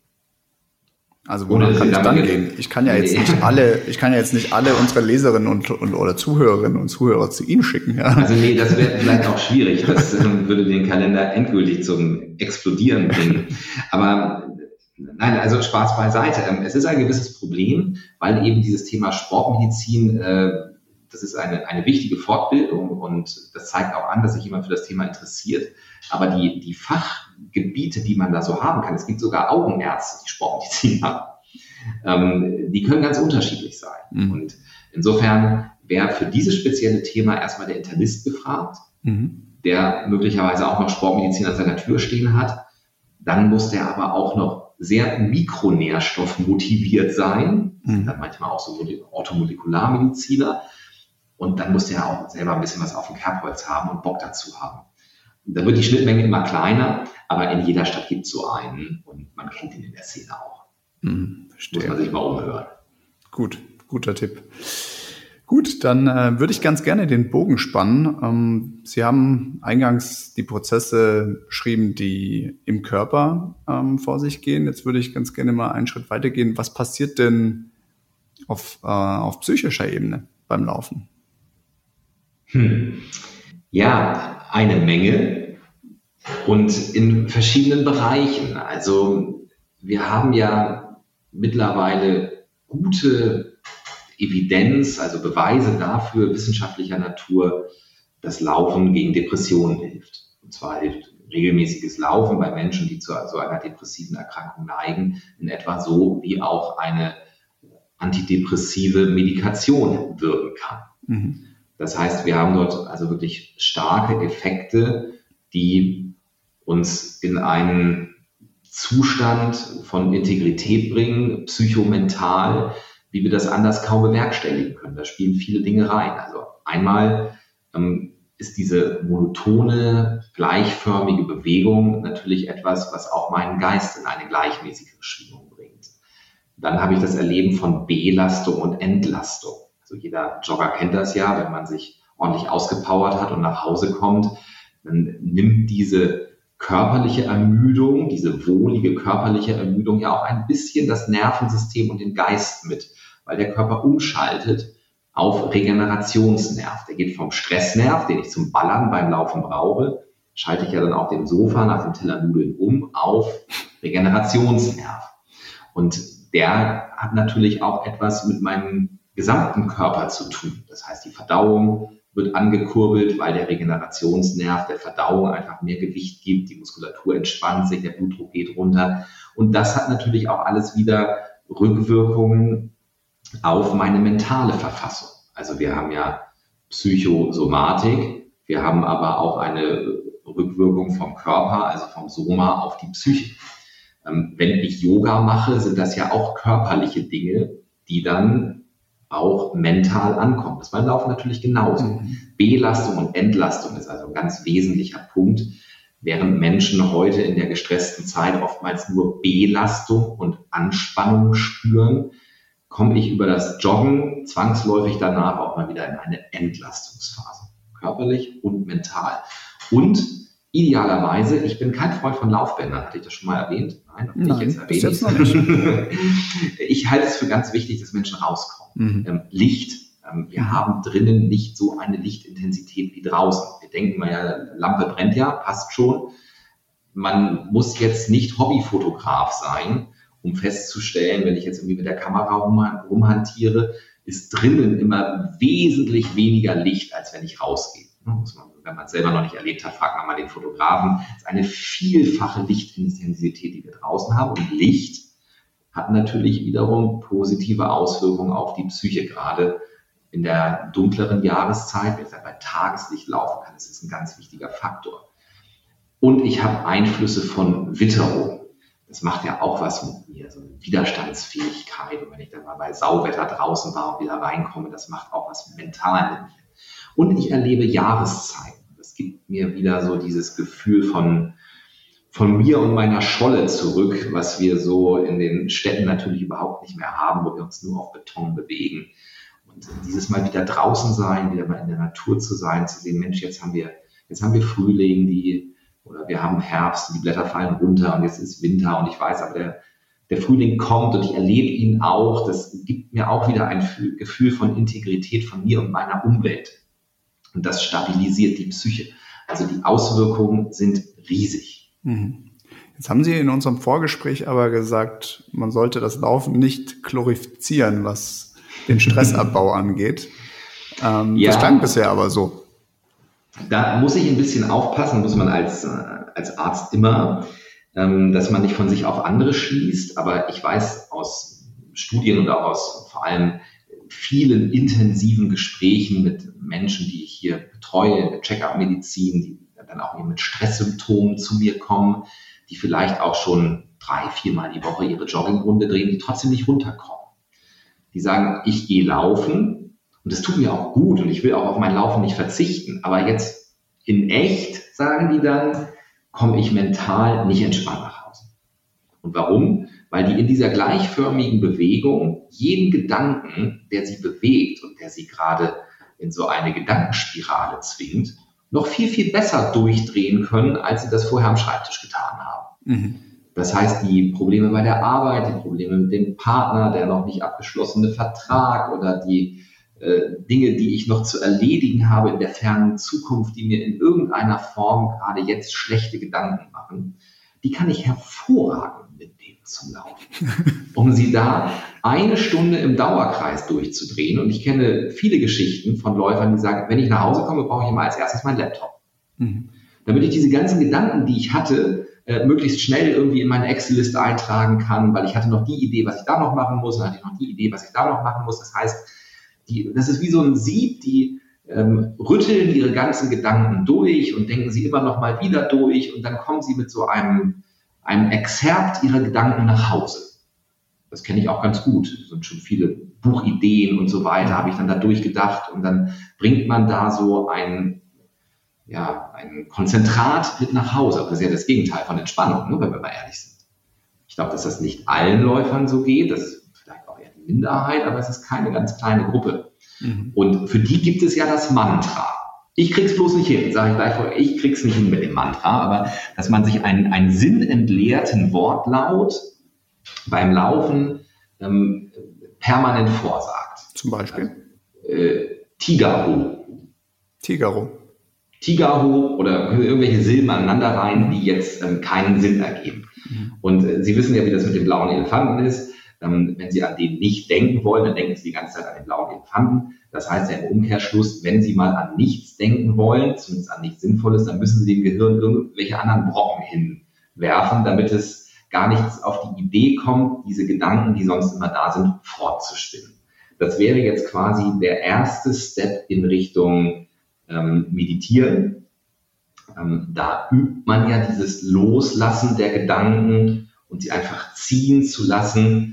Also wonach kann ich dann gehen? Ich kann ja jetzt nicht alle unsere Leserinnen oder Zuhörerinnen und Zuhörer zu Ihnen schicken. Ja. Also nee, das wäre vielleicht auch schwierig. Das würde den Kalender endgültig zum Explodieren bringen. Aber nein, also Spaß beiseite. Es ist ein gewisses Problem, weil eben dieses Thema Sportmedizin, das ist eine wichtige Fortbildung und das zeigt auch an, dass sich jemand für das Thema interessiert. Aber die Fachgebiete, die man da so haben kann, es gibt sogar Augenärzte, die Sportmedizin haben, die können ganz unterschiedlich sein. Und insofern wäre für dieses spezielle Thema erstmal der Internist gefragt, der möglicherweise auch noch Sportmedizin an seiner Tür stehen hat. Dann muss der aber auch noch sehr mikronährstoffmotiviert sein, dann manchmal auch so Orthomolekularmediziner. Und dann muss der auch selber ein bisschen was auf dem Kerbholz haben und Bock dazu haben. Da wird die Schnittmenge immer kleiner, aber in jeder Stadt gibt es so einen und man kennt ihn in der Szene auch. Muss man sich mal umhören. Gut, guter Tipp. Gut, dann würde ich ganz gerne den Bogen spannen. Sie haben eingangs die Prozesse beschrieben, die im Körper vor sich gehen. Jetzt würde ich ganz gerne mal einen Schritt weitergehen. Was passiert denn auf psychischer Ebene beim Laufen? Ja, eine Menge und in verschiedenen Bereichen. Also wir haben ja mittlerweile gute Evidenz, also Beweise dafür wissenschaftlicher Natur, dass Laufen gegen Depressionen hilft. Und zwar hilft regelmäßiges Laufen bei Menschen, die zu so einer depressiven Erkrankung neigen, in etwa so, wie auch eine antidepressive Medikation wirken kann. Das heißt, wir haben dort also wirklich starke Effekte, die uns in einen Zustand von Integrität bringen, psychomental, wie wir das anders kaum bewerkstelligen können. Da spielen viele Dinge rein. Also einmal ist diese monotone, gleichförmige Bewegung natürlich etwas, was auch meinen Geist in eine gleichmäßige Schwingung bringt. Dann habe ich das Erleben von Belastung und Entlastung. Also jeder Jogger kennt das ja, wenn man sich ordentlich ausgepowert hat und nach Hause kommt, dann nimmt diese körperliche Ermüdung, diese wohlige körperliche Ermüdung ja auch ein bisschen das Nervensystem und den Geist mit, weil der Körper umschaltet auf Regenerationsnerv. Der geht vom Stressnerv, den ich zum Ballern beim Laufen brauche, schalte ich ja dann auf dem Sofa nach dem Teller Nudeln um auf Regenerationsnerv. Und der hat natürlich auch etwas mit meinem gesamten Körper zu tun. Das heißt, die Verdauung wird angekurbelt, weil der Regenerationsnerv der Verdauung einfach mehr Gewicht gibt, die Muskulatur entspannt sich, der Blutdruck geht runter. Und das hat natürlich auch alles wieder Rückwirkungen auf meine mentale Verfassung. Also wir haben ja Psychosomatik, wir haben aber auch eine Rückwirkung vom Körper, also vom Soma auf die Psyche. Wenn ich Yoga mache, sind das ja auch körperliche Dinge, die dann auch mental ankommen. Das ist beim Laufen natürlich genauso. Belastung und Entlastung ist also ein ganz wesentlicher Punkt. Während Menschen heute in der gestressten Zeit oftmals nur Belastung und Anspannung spüren, komme ich über das Joggen zwangsläufig danach auch mal wieder in eine Entlastungsphase. Körperlich und mental. Und idealerweise, ich bin kein Freund von Laufbändern, hatte ich das schon mal erwähnt? Nein, jetzt noch nicht. Ich halte es für ganz wichtig, dass Menschen rauskommen. Licht. Wir haben drinnen nicht so eine Lichtintensität wie draußen. Wir denken mal ja, Lampe brennt ja, passt schon. Man muss jetzt nicht Hobbyfotograf sein, um festzustellen, wenn ich jetzt irgendwie mit der Kamera rumhantiere, ist drinnen immer wesentlich weniger Licht, als wenn ich rausgehe. Wenn man es selber noch nicht erlebt hat, fragt man mal den Fotografen. Es ist eine vielfache Lichtintensität, die wir draußen haben. Und Licht hat natürlich wiederum positive Auswirkungen auf die Psyche, gerade in der dunkleren Jahreszeit, wenn ich bei Tageslicht laufen kann. Das ist ein ganz wichtiger Faktor. Und ich habe Einflüsse von Witterung. Das macht ja auch was mit mir, so eine Widerstandsfähigkeit. Und wenn ich dann mal bei Sauwetter draußen war und wieder reinkomme, das macht auch was mental mit mir. Und ich erlebe Jahreszeiten. Das gibt mir wieder so dieses Gefühl von mir und meiner Scholle zurück, was wir so in den Städten natürlich überhaupt nicht mehr haben, wo wir uns nur auf Beton bewegen. Und dieses Mal wieder draußen sein, wieder mal in der Natur zu sein, zu sehen, Mensch, jetzt haben wir Frühling, oder wir haben Herbst, die Blätter fallen runter und jetzt ist Winter und ich weiß, aber der Frühling kommt und ich erlebe ihn auch. Das gibt mir auch wieder ein Gefühl von Integrität von mir und meiner Umwelt. Und das stabilisiert die Psyche. Also die Auswirkungen sind riesig. Jetzt haben Sie in unserem Vorgespräch aber gesagt, man sollte das Laufen nicht glorifizieren, was den Stressabbau angeht. Das klang bisher aber so. Da muss ich ein bisschen aufpassen, muss man als Arzt immer, dass man nicht von sich auf andere schließt. Aber ich weiß aus Studien und auch aus vor allem vielen intensiven Gesprächen mit Menschen, die ich hier betreue, in der Check-up-Medizin, die dann auch mit Stresssymptomen zu mir kommen, die vielleicht auch schon 3-4 Mal die Woche ihre Joggingrunde drehen, die trotzdem nicht runterkommen. Die sagen, ich gehe laufen und das tut mir auch gut und ich will auch auf mein Laufen nicht verzichten, aber jetzt in echt, sagen die dann, komme ich mental nicht entspannt nach Hause. Und warum? Weil die in dieser gleichförmigen Bewegung jeden Gedanken, der sie bewegt und der sie gerade in so eine Gedankenspirale zwingt, noch viel, viel besser durchdrehen können, als sie das vorher am Schreibtisch getan haben. Das heißt, die Probleme bei der Arbeit, die Probleme mit dem Partner, der noch nicht abgeschlossene Vertrag oder die Dinge, die ich noch zu erledigen habe in der fernen Zukunft, die mir in irgendeiner Form gerade jetzt schlechte Gedanken machen, die kann ich hervorragend mitnehmen zum Laufen, um sie da 1 Stunde im Dauerkreis durchzudrehen. Und ich kenne viele Geschichten von Läufern, die sagen, wenn ich nach Hause komme, brauche ich immer als erstes meinen Laptop. Damit ich diese ganzen Gedanken, die ich hatte, möglichst schnell irgendwie in meine Excel-Liste eintragen kann, weil ich hatte noch die Idee, was ich da noch machen muss, und dann hatte ich noch die Idee, was ich da noch machen muss. Das heißt, das ist wie so ein Sieb, die rütteln ihre ganzen Gedanken durch und denken sie immer noch mal wieder durch und dann kommen sie mit so einem Exerpt ihrer Gedanken nach Hause. Das kenne ich auch ganz gut. Es sind schon viele Buchideen und so weiter, habe ich dann da durchgedacht und dann bringt man da so ein Konzentrat mit nach Hause. Das ist ja das Gegenteil von Entspannung, ne, wenn wir mal ehrlich sind. Ich glaube, dass das nicht allen Läufern so geht. Das ist vielleicht auch eher die Minderheit, aber es ist keine ganz kleine Gruppe. Und für die gibt es ja das Mantra. Ich krieg's bloß nicht hin, sage ich gleich vorher. Ich krieg's nicht hin mit dem Mantra, aber dass man sich einen sinnentleerten Wortlaut beim Laufen permanent vorsagt. Zum Beispiel? Tigaho. Tigaho oder irgendwelche Silben aneinander rein, die jetzt keinen Sinn ergeben. Und Sie wissen ja, wie das mit dem blauen Elefanten ist. Wenn Sie an den nicht denken wollen, dann denken Sie die ganze Zeit an den blauen Elefanten. Das heißt ja im Umkehrschluss, wenn Sie mal an nichts denken wollen, zumindest an nichts Sinnvolles, dann müssen Sie dem Gehirn irgendwelche anderen Brocken hinwerfen, damit es gar nichts auf die Idee kommt, diese Gedanken, die sonst immer da sind, fortzuspinnen. Das wäre jetzt quasi der erste Step in Richtung Meditieren. Da übt man ja dieses Loslassen der Gedanken und sie einfach ziehen zu lassen,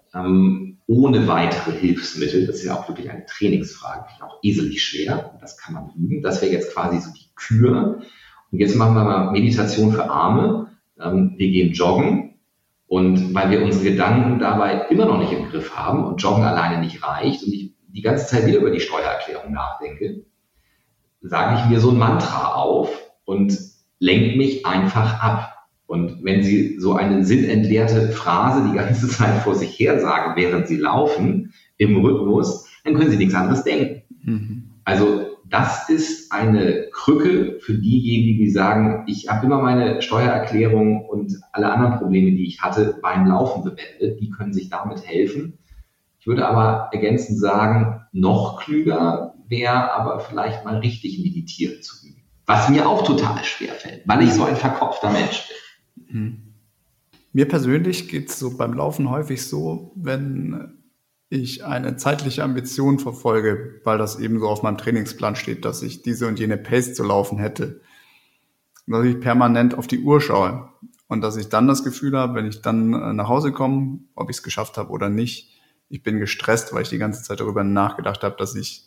ohne weitere Hilfsmittel. Das ist ja auch wirklich eine Trainingsfrage, auch eselig schwer. Das kann man üben. Das wäre jetzt quasi so die Kür. Und jetzt machen wir mal Meditation für Arme. Wir gehen joggen. Und weil wir unsere Gedanken dabei immer noch nicht im Griff haben und Joggen alleine nicht reicht und ich die ganze Zeit wieder über die Steuererklärung nachdenke, sage ich mir so ein Mantra auf und lenke mich einfach ab. Und wenn Sie so eine sinnentleerte Phrase die ganze Zeit vor sich her sagen, während Sie laufen, im Rhythmus, dann können Sie nichts anderes denken. Mhm. Also das ist eine Krücke für diejenigen, die sagen, ich habe immer meine Steuererklärung und alle anderen Probleme, die ich hatte, beim Laufen beendet. Die können sich damit helfen. Ich würde aber ergänzend sagen, noch klüger wäre aber vielleicht mal richtig meditieren zu üben. Was mir auch total schwer fällt, weil ich so ein verkopfter Mensch bin. Mir persönlich geht es so beim Laufen häufig so, wenn ich eine zeitliche Ambition verfolge, weil das eben so auf meinem Trainingsplan steht, dass ich diese und jene Pace zu laufen hätte, dass ich permanent auf die Uhr schaue und dass ich dann das Gefühl habe, wenn ich dann nach Hause komme, ob ich es geschafft habe oder nicht, ich bin gestresst, weil ich die ganze Zeit darüber nachgedacht habe, dass ich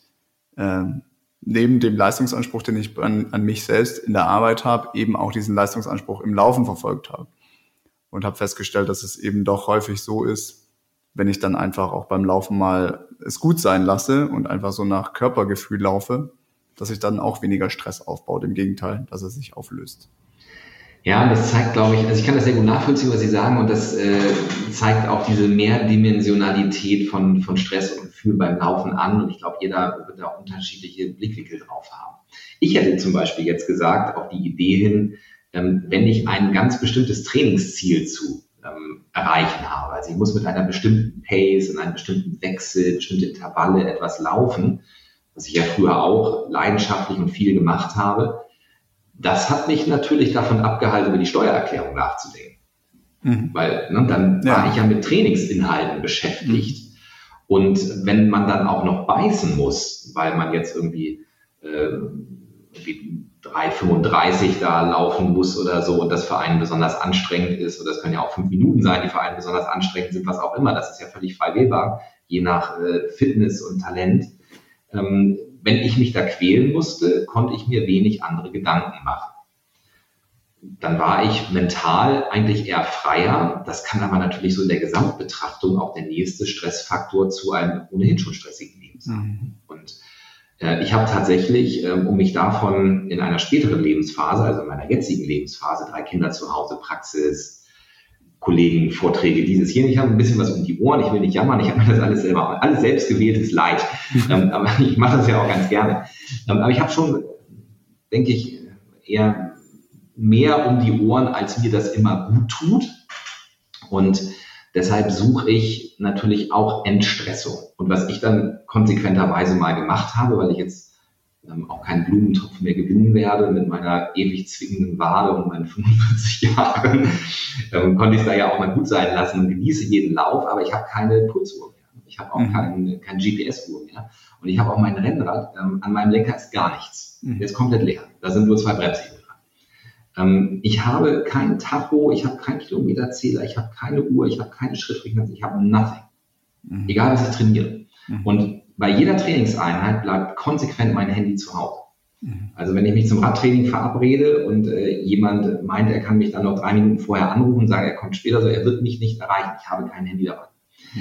neben dem Leistungsanspruch, den ich an mich selbst in der Arbeit habe, eben auch diesen Leistungsanspruch im Laufen verfolgt habe. Und habe festgestellt, dass es eben doch häufig so ist, wenn ich dann einfach auch beim Laufen mal es gut sein lasse und einfach so nach Körpergefühl laufe, dass ich dann auch weniger Stress aufbaut. Im Gegenteil, dass er sich auflöst. Ja, das zeigt, glaube ich, also ich kann das sehr gut nachvollziehen, was Sie sagen, und das zeigt auch diese Mehrdimensionalität von Stress und Gefühl beim Laufen an. Und ich glaube, jeder wird da unterschiedliche Blickwinkel drauf haben. Ich hätte zum Beispiel jetzt gesagt, auf die Idee hin, wenn ich ein ganz bestimmtes Trainingsziel zu erreichen habe. Also ich muss mit einer bestimmten Pace, in einem bestimmten Wechsel, bestimmte Intervalle etwas laufen, was ich ja früher auch leidenschaftlich und viel gemacht habe. Das hat mich natürlich davon abgehalten, über die Steuererklärung nachzudenken. Mhm. Weil dann war ich ja mit Trainingsinhalten beschäftigt. Und wenn man dann auch noch beißen muss, weil man jetzt irgendwie 3,35 da laufen muss oder so und das für einen besonders anstrengend ist, oder das können ja auch 5 Minuten sein, die für einen besonders anstrengend sind, was auch immer, das ist ja völlig frei wählbar, je nach Fitness und Talent. Wenn ich mich da quälen musste, konnte ich mir wenig andere Gedanken machen. Dann war ich mental eigentlich eher freier. Das kann aber natürlich so in der Gesamtbetrachtung auch der nächste Stressfaktor zu einem ohnehin schon stressigen Leben sein. Mhm. Und ich habe tatsächlich, um mich davon in einer späteren Lebensphase, also in meiner jetzigen Lebensphase, 3 Kinder zu Hause, Praxis, Kollegen, Vorträge, dieses hier. Ich habe ein bisschen was um die Ohren, ich will nicht jammern, ich habe mir das alles selber, alles selbstgewähltes Leid. Aber ich mache das ja auch ganz gerne. Aber ich habe schon, denke ich, eher mehr um die Ohren, als mir das immer gut tut. Und deshalb suche ich natürlich auch Entstressung. Und was ich dann konsequenterweise mal gemacht habe, weil ich jetzt auch keinen Blumentopf mehr gewinnen werde mit meiner ewig zwickenden Wade und meinen 45 Jahren, konnte ich es da ja auch mal gut sein lassen und genieße jeden Lauf, aber ich habe keine Pulsuhr mehr. Ich habe auch kein GPS-Uhr mehr. Und ich habe auch mein Rennrad, an meinem Lenker ist gar nichts. Der ist komplett leer. Da sind nur 2 Bremshebel dran. Ich habe kein Tacho, ich habe keinen Kilometerzähler, ich habe keine Uhr, ich habe keine Schrittfrequenz, ich habe nothing. Egal, was ich trainiere. Und bei jeder Trainingseinheit bleibt konsequent mein Handy zu Hause. Also wenn ich mich zum Radtraining verabrede und jemand meint, er kann mich dann noch 3 Minuten vorher anrufen und sagen, er kommt später, so er wird mich nicht erreichen, ich habe kein Handy dabei.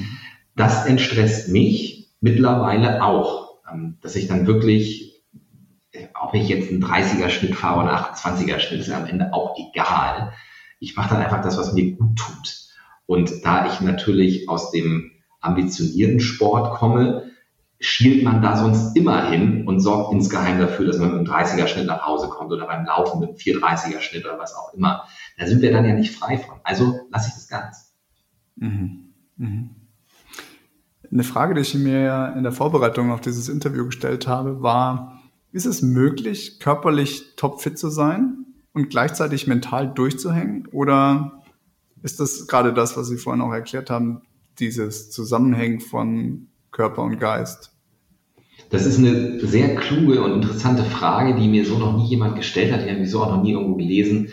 Das entstresst mich mittlerweile auch, dass ich dann wirklich, ob ich jetzt einen 30er-Schnitt fahre oder einen 28er-Schnitt, ist ja am Ende auch egal. Ich mache dann einfach das, was mir gut tut. Und da ich natürlich aus dem ambitionierten Sport komme, schielt man da sonst immer hin und sorgt insgeheim dafür, dass man mit einem 30er-Schnitt nach Hause kommt oder beim Laufen mit einem 430er-Schnitt oder was auch immer. Da sind wir dann ja nicht frei von. Also lasse ich das ganz. Eine Frage, die ich mir in der Vorbereitung auf dieses Interview gestellt habe, war, ist es möglich, körperlich topfit zu sein und gleichzeitig mental durchzuhängen? Oder ist das gerade das, was Sie vorhin auch erklärt haben, dieses Zusammenhängen von Körper und Geist? Das ist eine sehr kluge und interessante Frage, die mir so noch nie jemand gestellt hat. Die habe ich so auch noch nie irgendwo gelesen.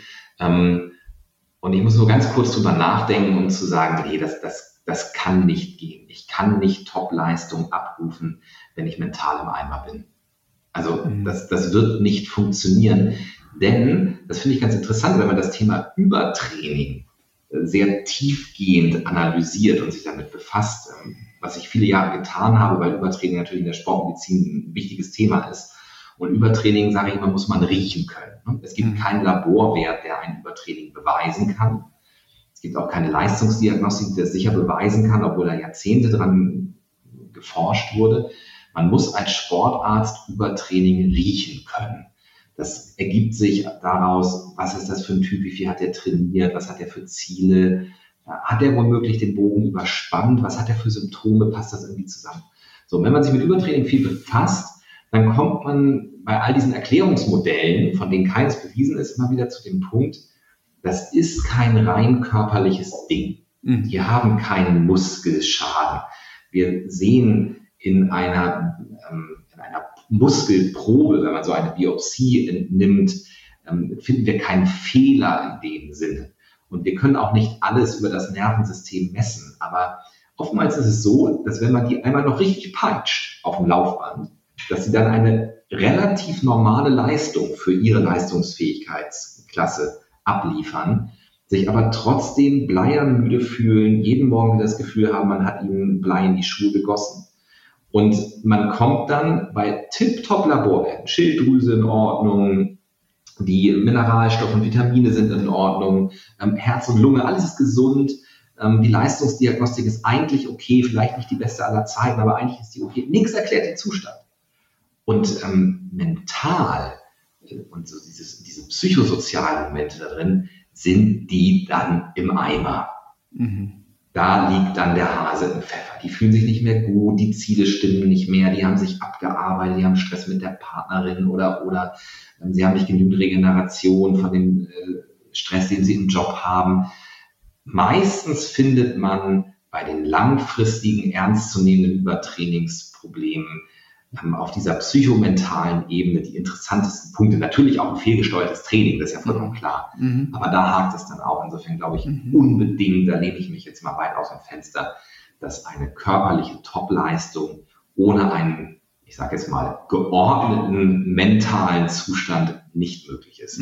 Und ich muss nur ganz kurz drüber nachdenken, um zu sagen, nee, das kann nicht gehen. Ich kann nicht Top-Leistung abrufen, wenn ich mental im Eimer bin. Also das wird nicht funktionieren. Denn, das finde ich ganz interessant, wenn man das Thema Übertraining sehr tiefgehend analysiert und sich damit befasst, was ich viele Jahre getan habe, weil Übertraining natürlich in der Sportmedizin ein wichtiges Thema ist. Und Übertraining, sage ich immer, muss man riechen können. Es gibt keinen Laborwert, der ein Übertraining beweisen kann. Es gibt auch keine Leistungsdiagnostik, die das sicher beweisen kann, obwohl da Jahrzehnte dran geforscht wurde. Man muss als Sportarzt Übertraining riechen können. Das ergibt sich daraus, was ist das für ein Typ, wie viel hat er trainiert, was hat er für Ziele, hat er womöglich den Bogen überspannt, was hat er für Symptome, passt das irgendwie zusammen? So, wenn man sich mit Übertraining viel befasst, dann kommt man bei all diesen Erklärungsmodellen, von denen keines bewiesen ist, immer wieder zu dem Punkt, das ist kein rein körperliches Ding. Die haben keinen Muskelschaden. Wir sehen in einer Muskelprobe, wenn man so eine Biopsie entnimmt, finden wir keinen Fehler in dem Sinne. Und wir können auch nicht alles über das Nervensystem messen. Aber oftmals ist es so, dass wenn man die einmal noch richtig peitscht auf dem Laufband, dass sie dann eine relativ normale Leistung für ihre Leistungsfähigkeitsklasse abliefern, sich aber trotzdem bleiernmüde fühlen, jeden Morgen wieder das Gefühl haben, man hat ihnen Blei in die Schuhe gegossen. Und man kommt dann bei Tip-Top-Laborwerten, Schilddrüse in Ordnung, die Mineralstoffe und Vitamine sind in Ordnung, Herz und Lunge, alles ist gesund, die Leistungsdiagnostik ist eigentlich okay, vielleicht nicht die beste aller Zeiten, aber eigentlich ist die okay. Nichts erklärt den Zustand. Und mental und so diese psychosozialen Momente da drin, sind die dann im Eimer. Da liegt dann der Hase im Pfeffer. Die fühlen sich nicht mehr gut, die Ziele stimmen nicht mehr, die haben sich abgearbeitet, die haben Stress mit der Partnerin oder sie haben nicht genügend Regeneration von dem Stress, den sie im Job haben. Meistens findet man bei den langfristigen, ernstzunehmenden Übertrainingsproblemen auf dieser psychomentalen Ebene die interessantesten Punkte. Natürlich auch ein fehlgesteuertes Training, das ist ja vollkommen klar. Aber da hakt es dann auch. Insofern glaube ich unbedingt, da lehne ich mich jetzt mal weit aus dem Fenster, dass eine körperliche Topleistung ohne einen, ich sage jetzt mal, geordneten mentalen Zustand nicht möglich ist.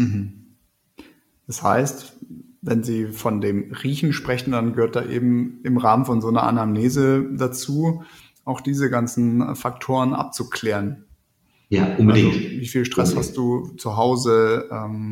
Das heißt, wenn Sie von dem Riechen sprechen, dann gehört da eben im Rahmen von so einer Anamnese dazu, auch diese ganzen Faktoren abzuklären. Ja, unbedingt. Also, wie viel Stress hast du zu Hause?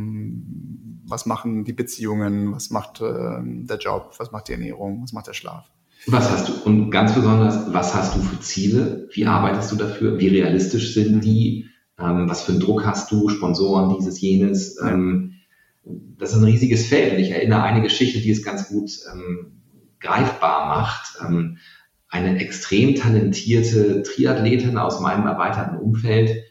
Was machen die Beziehungen? Was macht der Job? Was macht die Ernährung? Was macht der Schlaf? Was hast du? Und ganz besonders, was hast du für Ziele? Wie arbeitest du dafür? Wie realistisch sind die? Was für einen Druck hast du? Sponsoren, dieses, jenes? Das ist ein riesiges Feld. Und ich erinnere eine Geschichte, die es ganz gut greifbar macht. Eine extrem talentierte Triathletin aus meinem erweiterten Umfeld,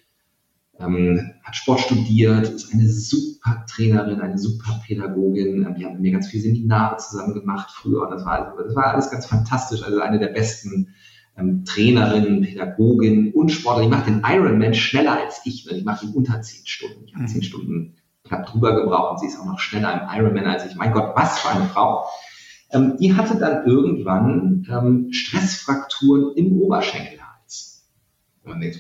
hat Sport studiert, ist eine super Trainerin, eine super Pädagogin. Wir haben mit mir ganz viele Seminare zusammen gemacht früher. Und das war alles ganz fantastisch. Also eine der besten Trainerinnen, Pädagogin und Sportler. Die macht den Ironman schneller als ich. Ich mache ihn unter 10 Stunden. Ich habe 10 Stunden knapp drüber gebraucht und sie ist auch noch schneller im Ironman als ich. Mein Gott, was für eine Frau. Die hatte dann irgendwann Stressfrakturen im Oberschenkelhals. Und nicht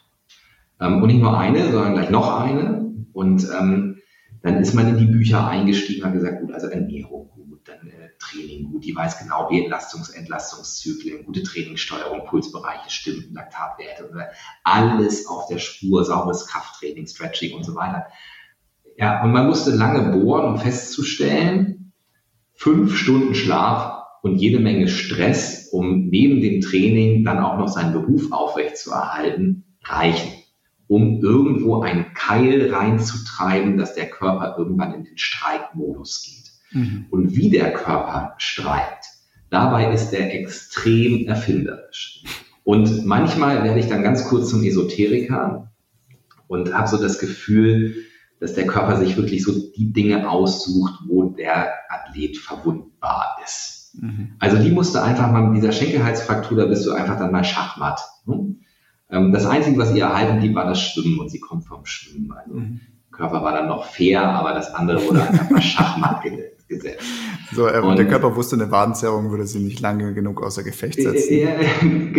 nur eine, sondern gleich noch eine. Und dann ist man in die Bücher eingestiegen und hat gesagt, gut, also Ernährung gut, dann Training gut, die weiß genau, Entlastungszyklen, gute Trainingssteuerung, Pulsbereiche stimmen, Laktatwerte, alles auf der Spur, sauberes Krafttraining, Stretching und so weiter. Ja, und man musste lange bohren, um festzustellen, 5 Stunden Schlaf und jede Menge Stress, um neben dem Training dann auch noch seinen Beruf aufrechtzuerhalten, reichen, um irgendwo einen Keil reinzutreiben, dass der Körper irgendwann in den Streikmodus geht. Und wie der Körper streikt, Dabei ist er extrem erfinderisch. Und manchmal werde ich dann ganz kurz zum Esoteriker und habe so das Gefühl, dass der Körper sich wirklich so die Dinge aussucht, wo der Athlet verwundbar ist. Also die musste einfach mal mit dieser Schenkelhalsfraktur, da bist du einfach dann mal Schachmatt. Das Einzige, was ihr erhalten blieb, war das Schwimmen und sie kommt vom Schwimmen. Also der Körper war dann noch fair, aber das andere wurde einfach mal Schachmatt gesetzt. So, und der Körper wusste, eine Wadenzerrung würde sie nicht lange genug außer Gefecht setzen.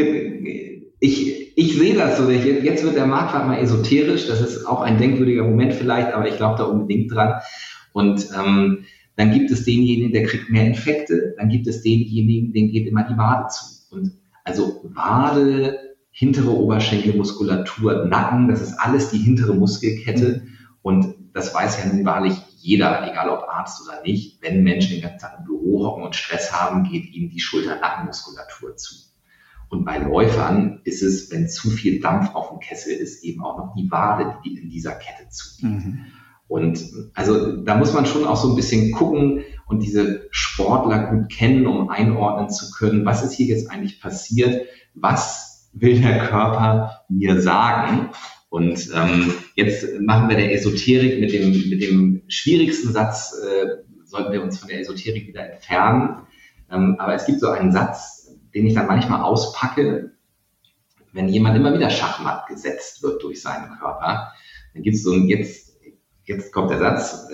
Ich sehe das so. Jetzt wird der Marquardt mal esoterisch. Das ist auch ein denkwürdiger Moment vielleicht, aber ich glaube da unbedingt dran. Und dann gibt es denjenigen, der kriegt mehr Infekte. Dann gibt es denjenigen, dem geht immer die Wade zu. Und also Wade, hintere Oberschenkelmuskulatur, Nacken, das ist alles die hintere Muskelkette. Und das weiß ja nun wahrlich jeder, egal ob Arzt oder nicht. Wenn Menschen den ganzen Tag im Büro hocken und Stress haben, geht ihnen die Schulter-Nackenmuskulatur zu. Und bei Läufern ist es, wenn zu viel Dampf auf dem Kessel ist, eben auch noch die Wade, die in dieser Kette zugeht. Und also da muss man schon auch so ein bisschen gucken und diese Sportler gut kennen, um einordnen zu können, was ist hier jetzt eigentlich passiert, was will der Körper mir sagen. Und jetzt machen wir der Esoterik mit dem schwierigsten Satz, sollten wir uns von der Esoterik wieder entfernen. Aber es gibt so einen Satz, den ich dann manchmal auspacke, wenn jemand immer wieder Schachmatt gesetzt wird durch seinen Körper. Dann gibt es so ein, jetzt kommt der Satz,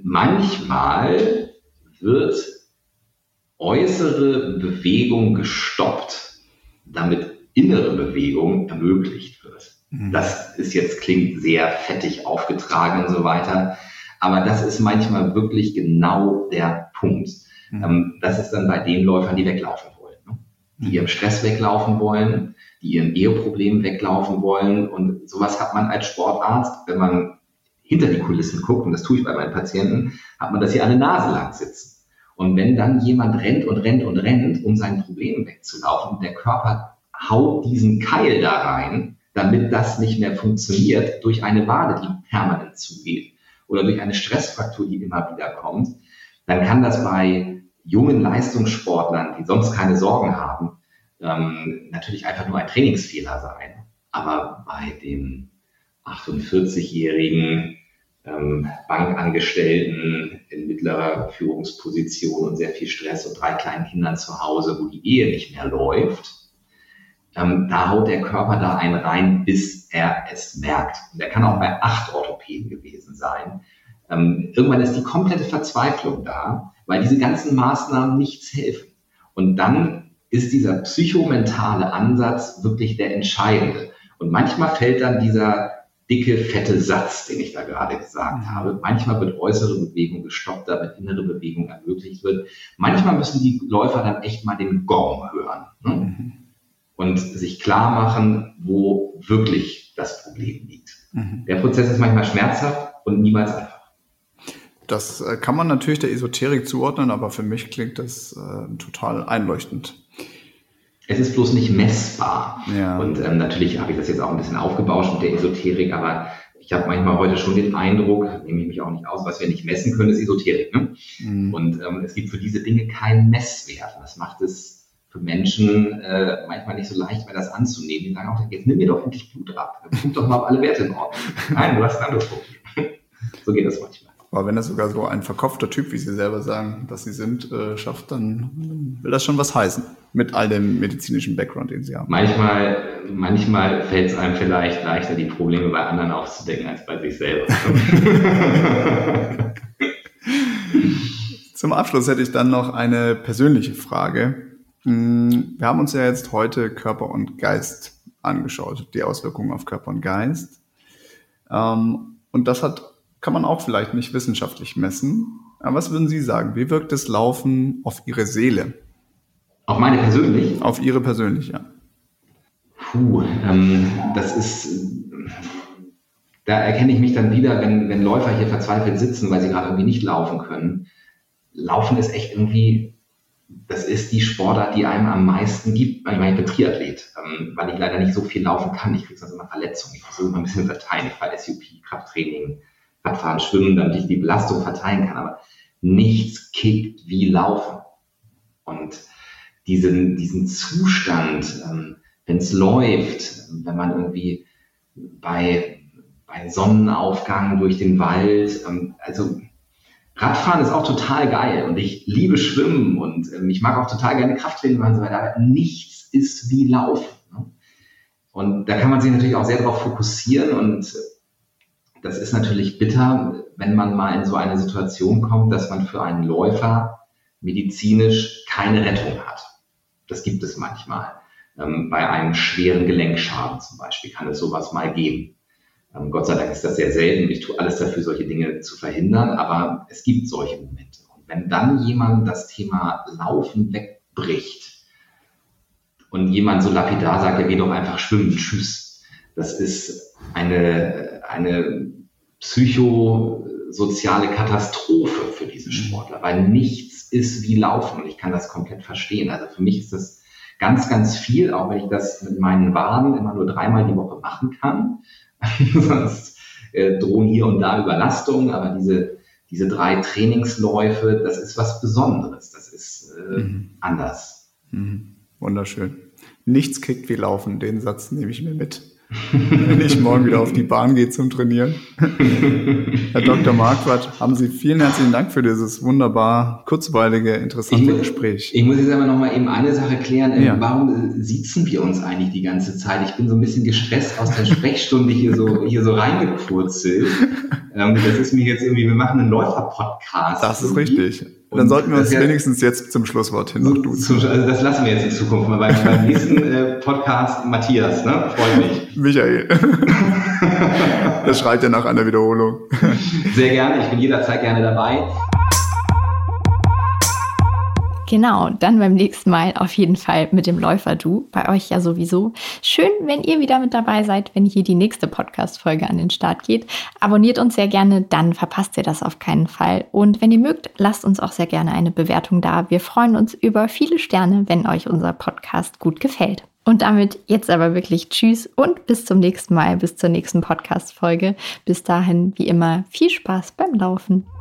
manchmal wird äußere Bewegung gestoppt, damit innere Bewegung ermöglicht wird. Das ist jetzt, klingt sehr fettig aufgetragen und so weiter, aber das ist manchmal wirklich genau der Punkt. Das ist dann bei den Läufern, die weglaufen wollen, ne? Die ihrem Stress weglaufen wollen, die ihren Eheproblemen weglaufen wollen, und sowas hat man als Sportarzt, wenn man hinter die Kulissen guckt, und das tue ich bei meinen Patienten, hat man das hier eine Nase lang sitzen. Und wenn dann jemand rennt und rennt und rennt, um seinen Problemen wegzulaufen, und der Körper haut diesen Keil da rein, damit das nicht mehr funktioniert, durch eine Wade, die permanent zugeht, oder durch eine Stressfraktur, die immer wieder kommt, dann kann das bei jungen Leistungssportlern, die sonst keine Sorgen haben, natürlich einfach nur ein Trainingsfehler sein. Aber bei dem 48-jährigen Bankangestellten in mittlerer Führungsposition und sehr viel Stress und 3 kleinen Kindern zu Hause, wo die Ehe nicht mehr läuft, da haut der Körper da einen rein, bis er es merkt. Und der kann auch bei 8 Orthopäden gewesen sein. Irgendwann ist die komplette Verzweiflung da, weil diese ganzen Maßnahmen nichts helfen. Und dann ist dieser psychomentale Ansatz wirklich der entscheidende. Und manchmal fällt dann dieser dicke, fette Satz, den ich da gerade gesagt habe. Manchmal wird äußere Bewegung gestoppt, damit innere Bewegung ermöglicht wird. Manchmal müssen die Läufer dann echt mal den Gong hören, ne? Und sich klar machen, wo wirklich das Problem liegt. Der Prozess ist manchmal schmerzhaft und niemals einfach. Das kann man natürlich der Esoterik zuordnen, aber für mich klingt das total einleuchtend. Es ist bloß nicht messbar. Ja. Und natürlich habe ich das jetzt auch ein bisschen aufgebauscht mit der Esoterik, aber ich habe manchmal heute schon den Eindruck, nehme ich mich auch nicht aus, was wir nicht messen können, ist Esoterik. Ne? Und es gibt für diese Dinge keinen Messwert. Das macht es für Menschen manchmal nicht so leicht, mehr das anzunehmen. Die sagen auch, jetzt nimm mir doch endlich Blut ab. Guck doch mal, ob alle Werte in Ordnung sind. Nein, du hast ein anderes Problem. So geht das manchmal. Aber wenn das sogar so ein verkopfter Typ, wie Sie selber sagen, dass Sie sind, schafft, dann will das schon was heißen. Mit all dem medizinischen Background, den Sie haben. Manchmal fällt es einem vielleicht leichter, die Probleme bei anderen aufzudecken, als bei sich selber. Zum Abschluss hätte ich dann noch eine persönliche Frage. Wir haben uns ja jetzt heute Körper und Geist angeschaut, die Auswirkungen auf Körper und Geist. Und das kann man auch vielleicht nicht wissenschaftlich messen. Aber was würden Sie sagen? Wie wirkt das Laufen auf Ihre Seele? Auf meine persönlich? Auf Ihre persönlich, ja. Da erkenne ich mich dann wieder, wenn Läufer hier verzweifelt sitzen, weil sie gerade irgendwie nicht laufen können. Laufen ist echt irgendwie, das ist die Sportart, die einem am meisten gibt. Ich meine, ich bin Triathlet, weil ich leider nicht so viel laufen kann. Ich kriege sonst immer Verletzungen. Ich versuche immer ein bisschen verteilen. Ich fahre SUP, Krafttraining, Radfahren, Schwimmen, damit ich die Belastung verteilen kann. Aber nichts kickt wie Laufen. Und diesen Zustand, wenn es läuft, wenn man irgendwie bei Sonnenaufgang durch den Wald, also Radfahren ist auch total geil und ich liebe Schwimmen und ich mag auch total gerne Krafttraining und so weiter, aber nichts ist wie Laufen. Ne? Und da kann man sich natürlich auch sehr darauf fokussieren und das ist natürlich bitter, wenn man mal in so eine Situation kommt, dass man für einen Läufer medizinisch keine Rettung hat. Das gibt es manchmal. Bei einem schweren Gelenkschaden zum Beispiel kann es sowas mal geben. Gott sei Dank ist das sehr selten. Ich tue alles dafür, solche Dinge zu verhindern, aber es gibt solche Momente. Und wenn dann jemand das Thema Laufen wegbricht und jemand so lapidar sagt, ja, geh doch einfach schwimmen, tschüss. Das ist eine psychosoziale Katastrophe für diese Sportler, weil nichts ist wie Laufen und ich kann das komplett verstehen. Also für mich ist das ganz, ganz viel, auch wenn ich das mit meinen Waden immer nur 3-mal die Woche machen kann. Sonst drohen hier und da Überlastungen, aber diese 3 Trainingsläufe, das ist was Besonderes, das ist anders. Wunderschön. Nichts kickt wie Laufen, den Satz nehme ich mir mit, wenn ich morgen wieder auf die Bahn gehe zum Trainieren. Herr Dr. Marquardt, haben Sie vielen herzlichen Dank für dieses wunderbar kurzweilige, interessante Gespräch. Ich muss jetzt aber noch mal eben eine Sache klären. Ja. Warum siezen wir uns eigentlich die ganze Zeit? Ich bin so ein bisschen gestresst aus der Sprechstunde hier so reingepurzelt. Das ist mir jetzt irgendwie, wir machen einen Läufer-Podcast. Das ist richtig. Und dann sollten wir uns wenigstens jetzt zum Schlusswort hin noch duzen. Also das lassen wir jetzt in Zukunft mal beim nächsten Podcast. Matthias, ne? Freut mich. Michael. Das schreit ja nach einer Wiederholung. Sehr gerne, ich bin jederzeit gerne dabei. Genau, dann beim nächsten Mal auf jeden Fall mit dem Läufer-Du, bei euch ja sowieso. Schön, wenn ihr wieder mit dabei seid, wenn hier die nächste Podcast-Folge an den Start geht. Abonniert uns sehr gerne, dann verpasst ihr das auf keinen Fall. Und wenn ihr mögt, lasst uns auch sehr gerne eine Bewertung da. Wir freuen uns über viele Sterne, wenn euch unser Podcast gut gefällt. Und damit jetzt aber wirklich tschüss und bis zum nächsten Mal, bis zur nächsten Podcast-Folge. Bis dahin, wie immer, viel Spaß beim Laufen.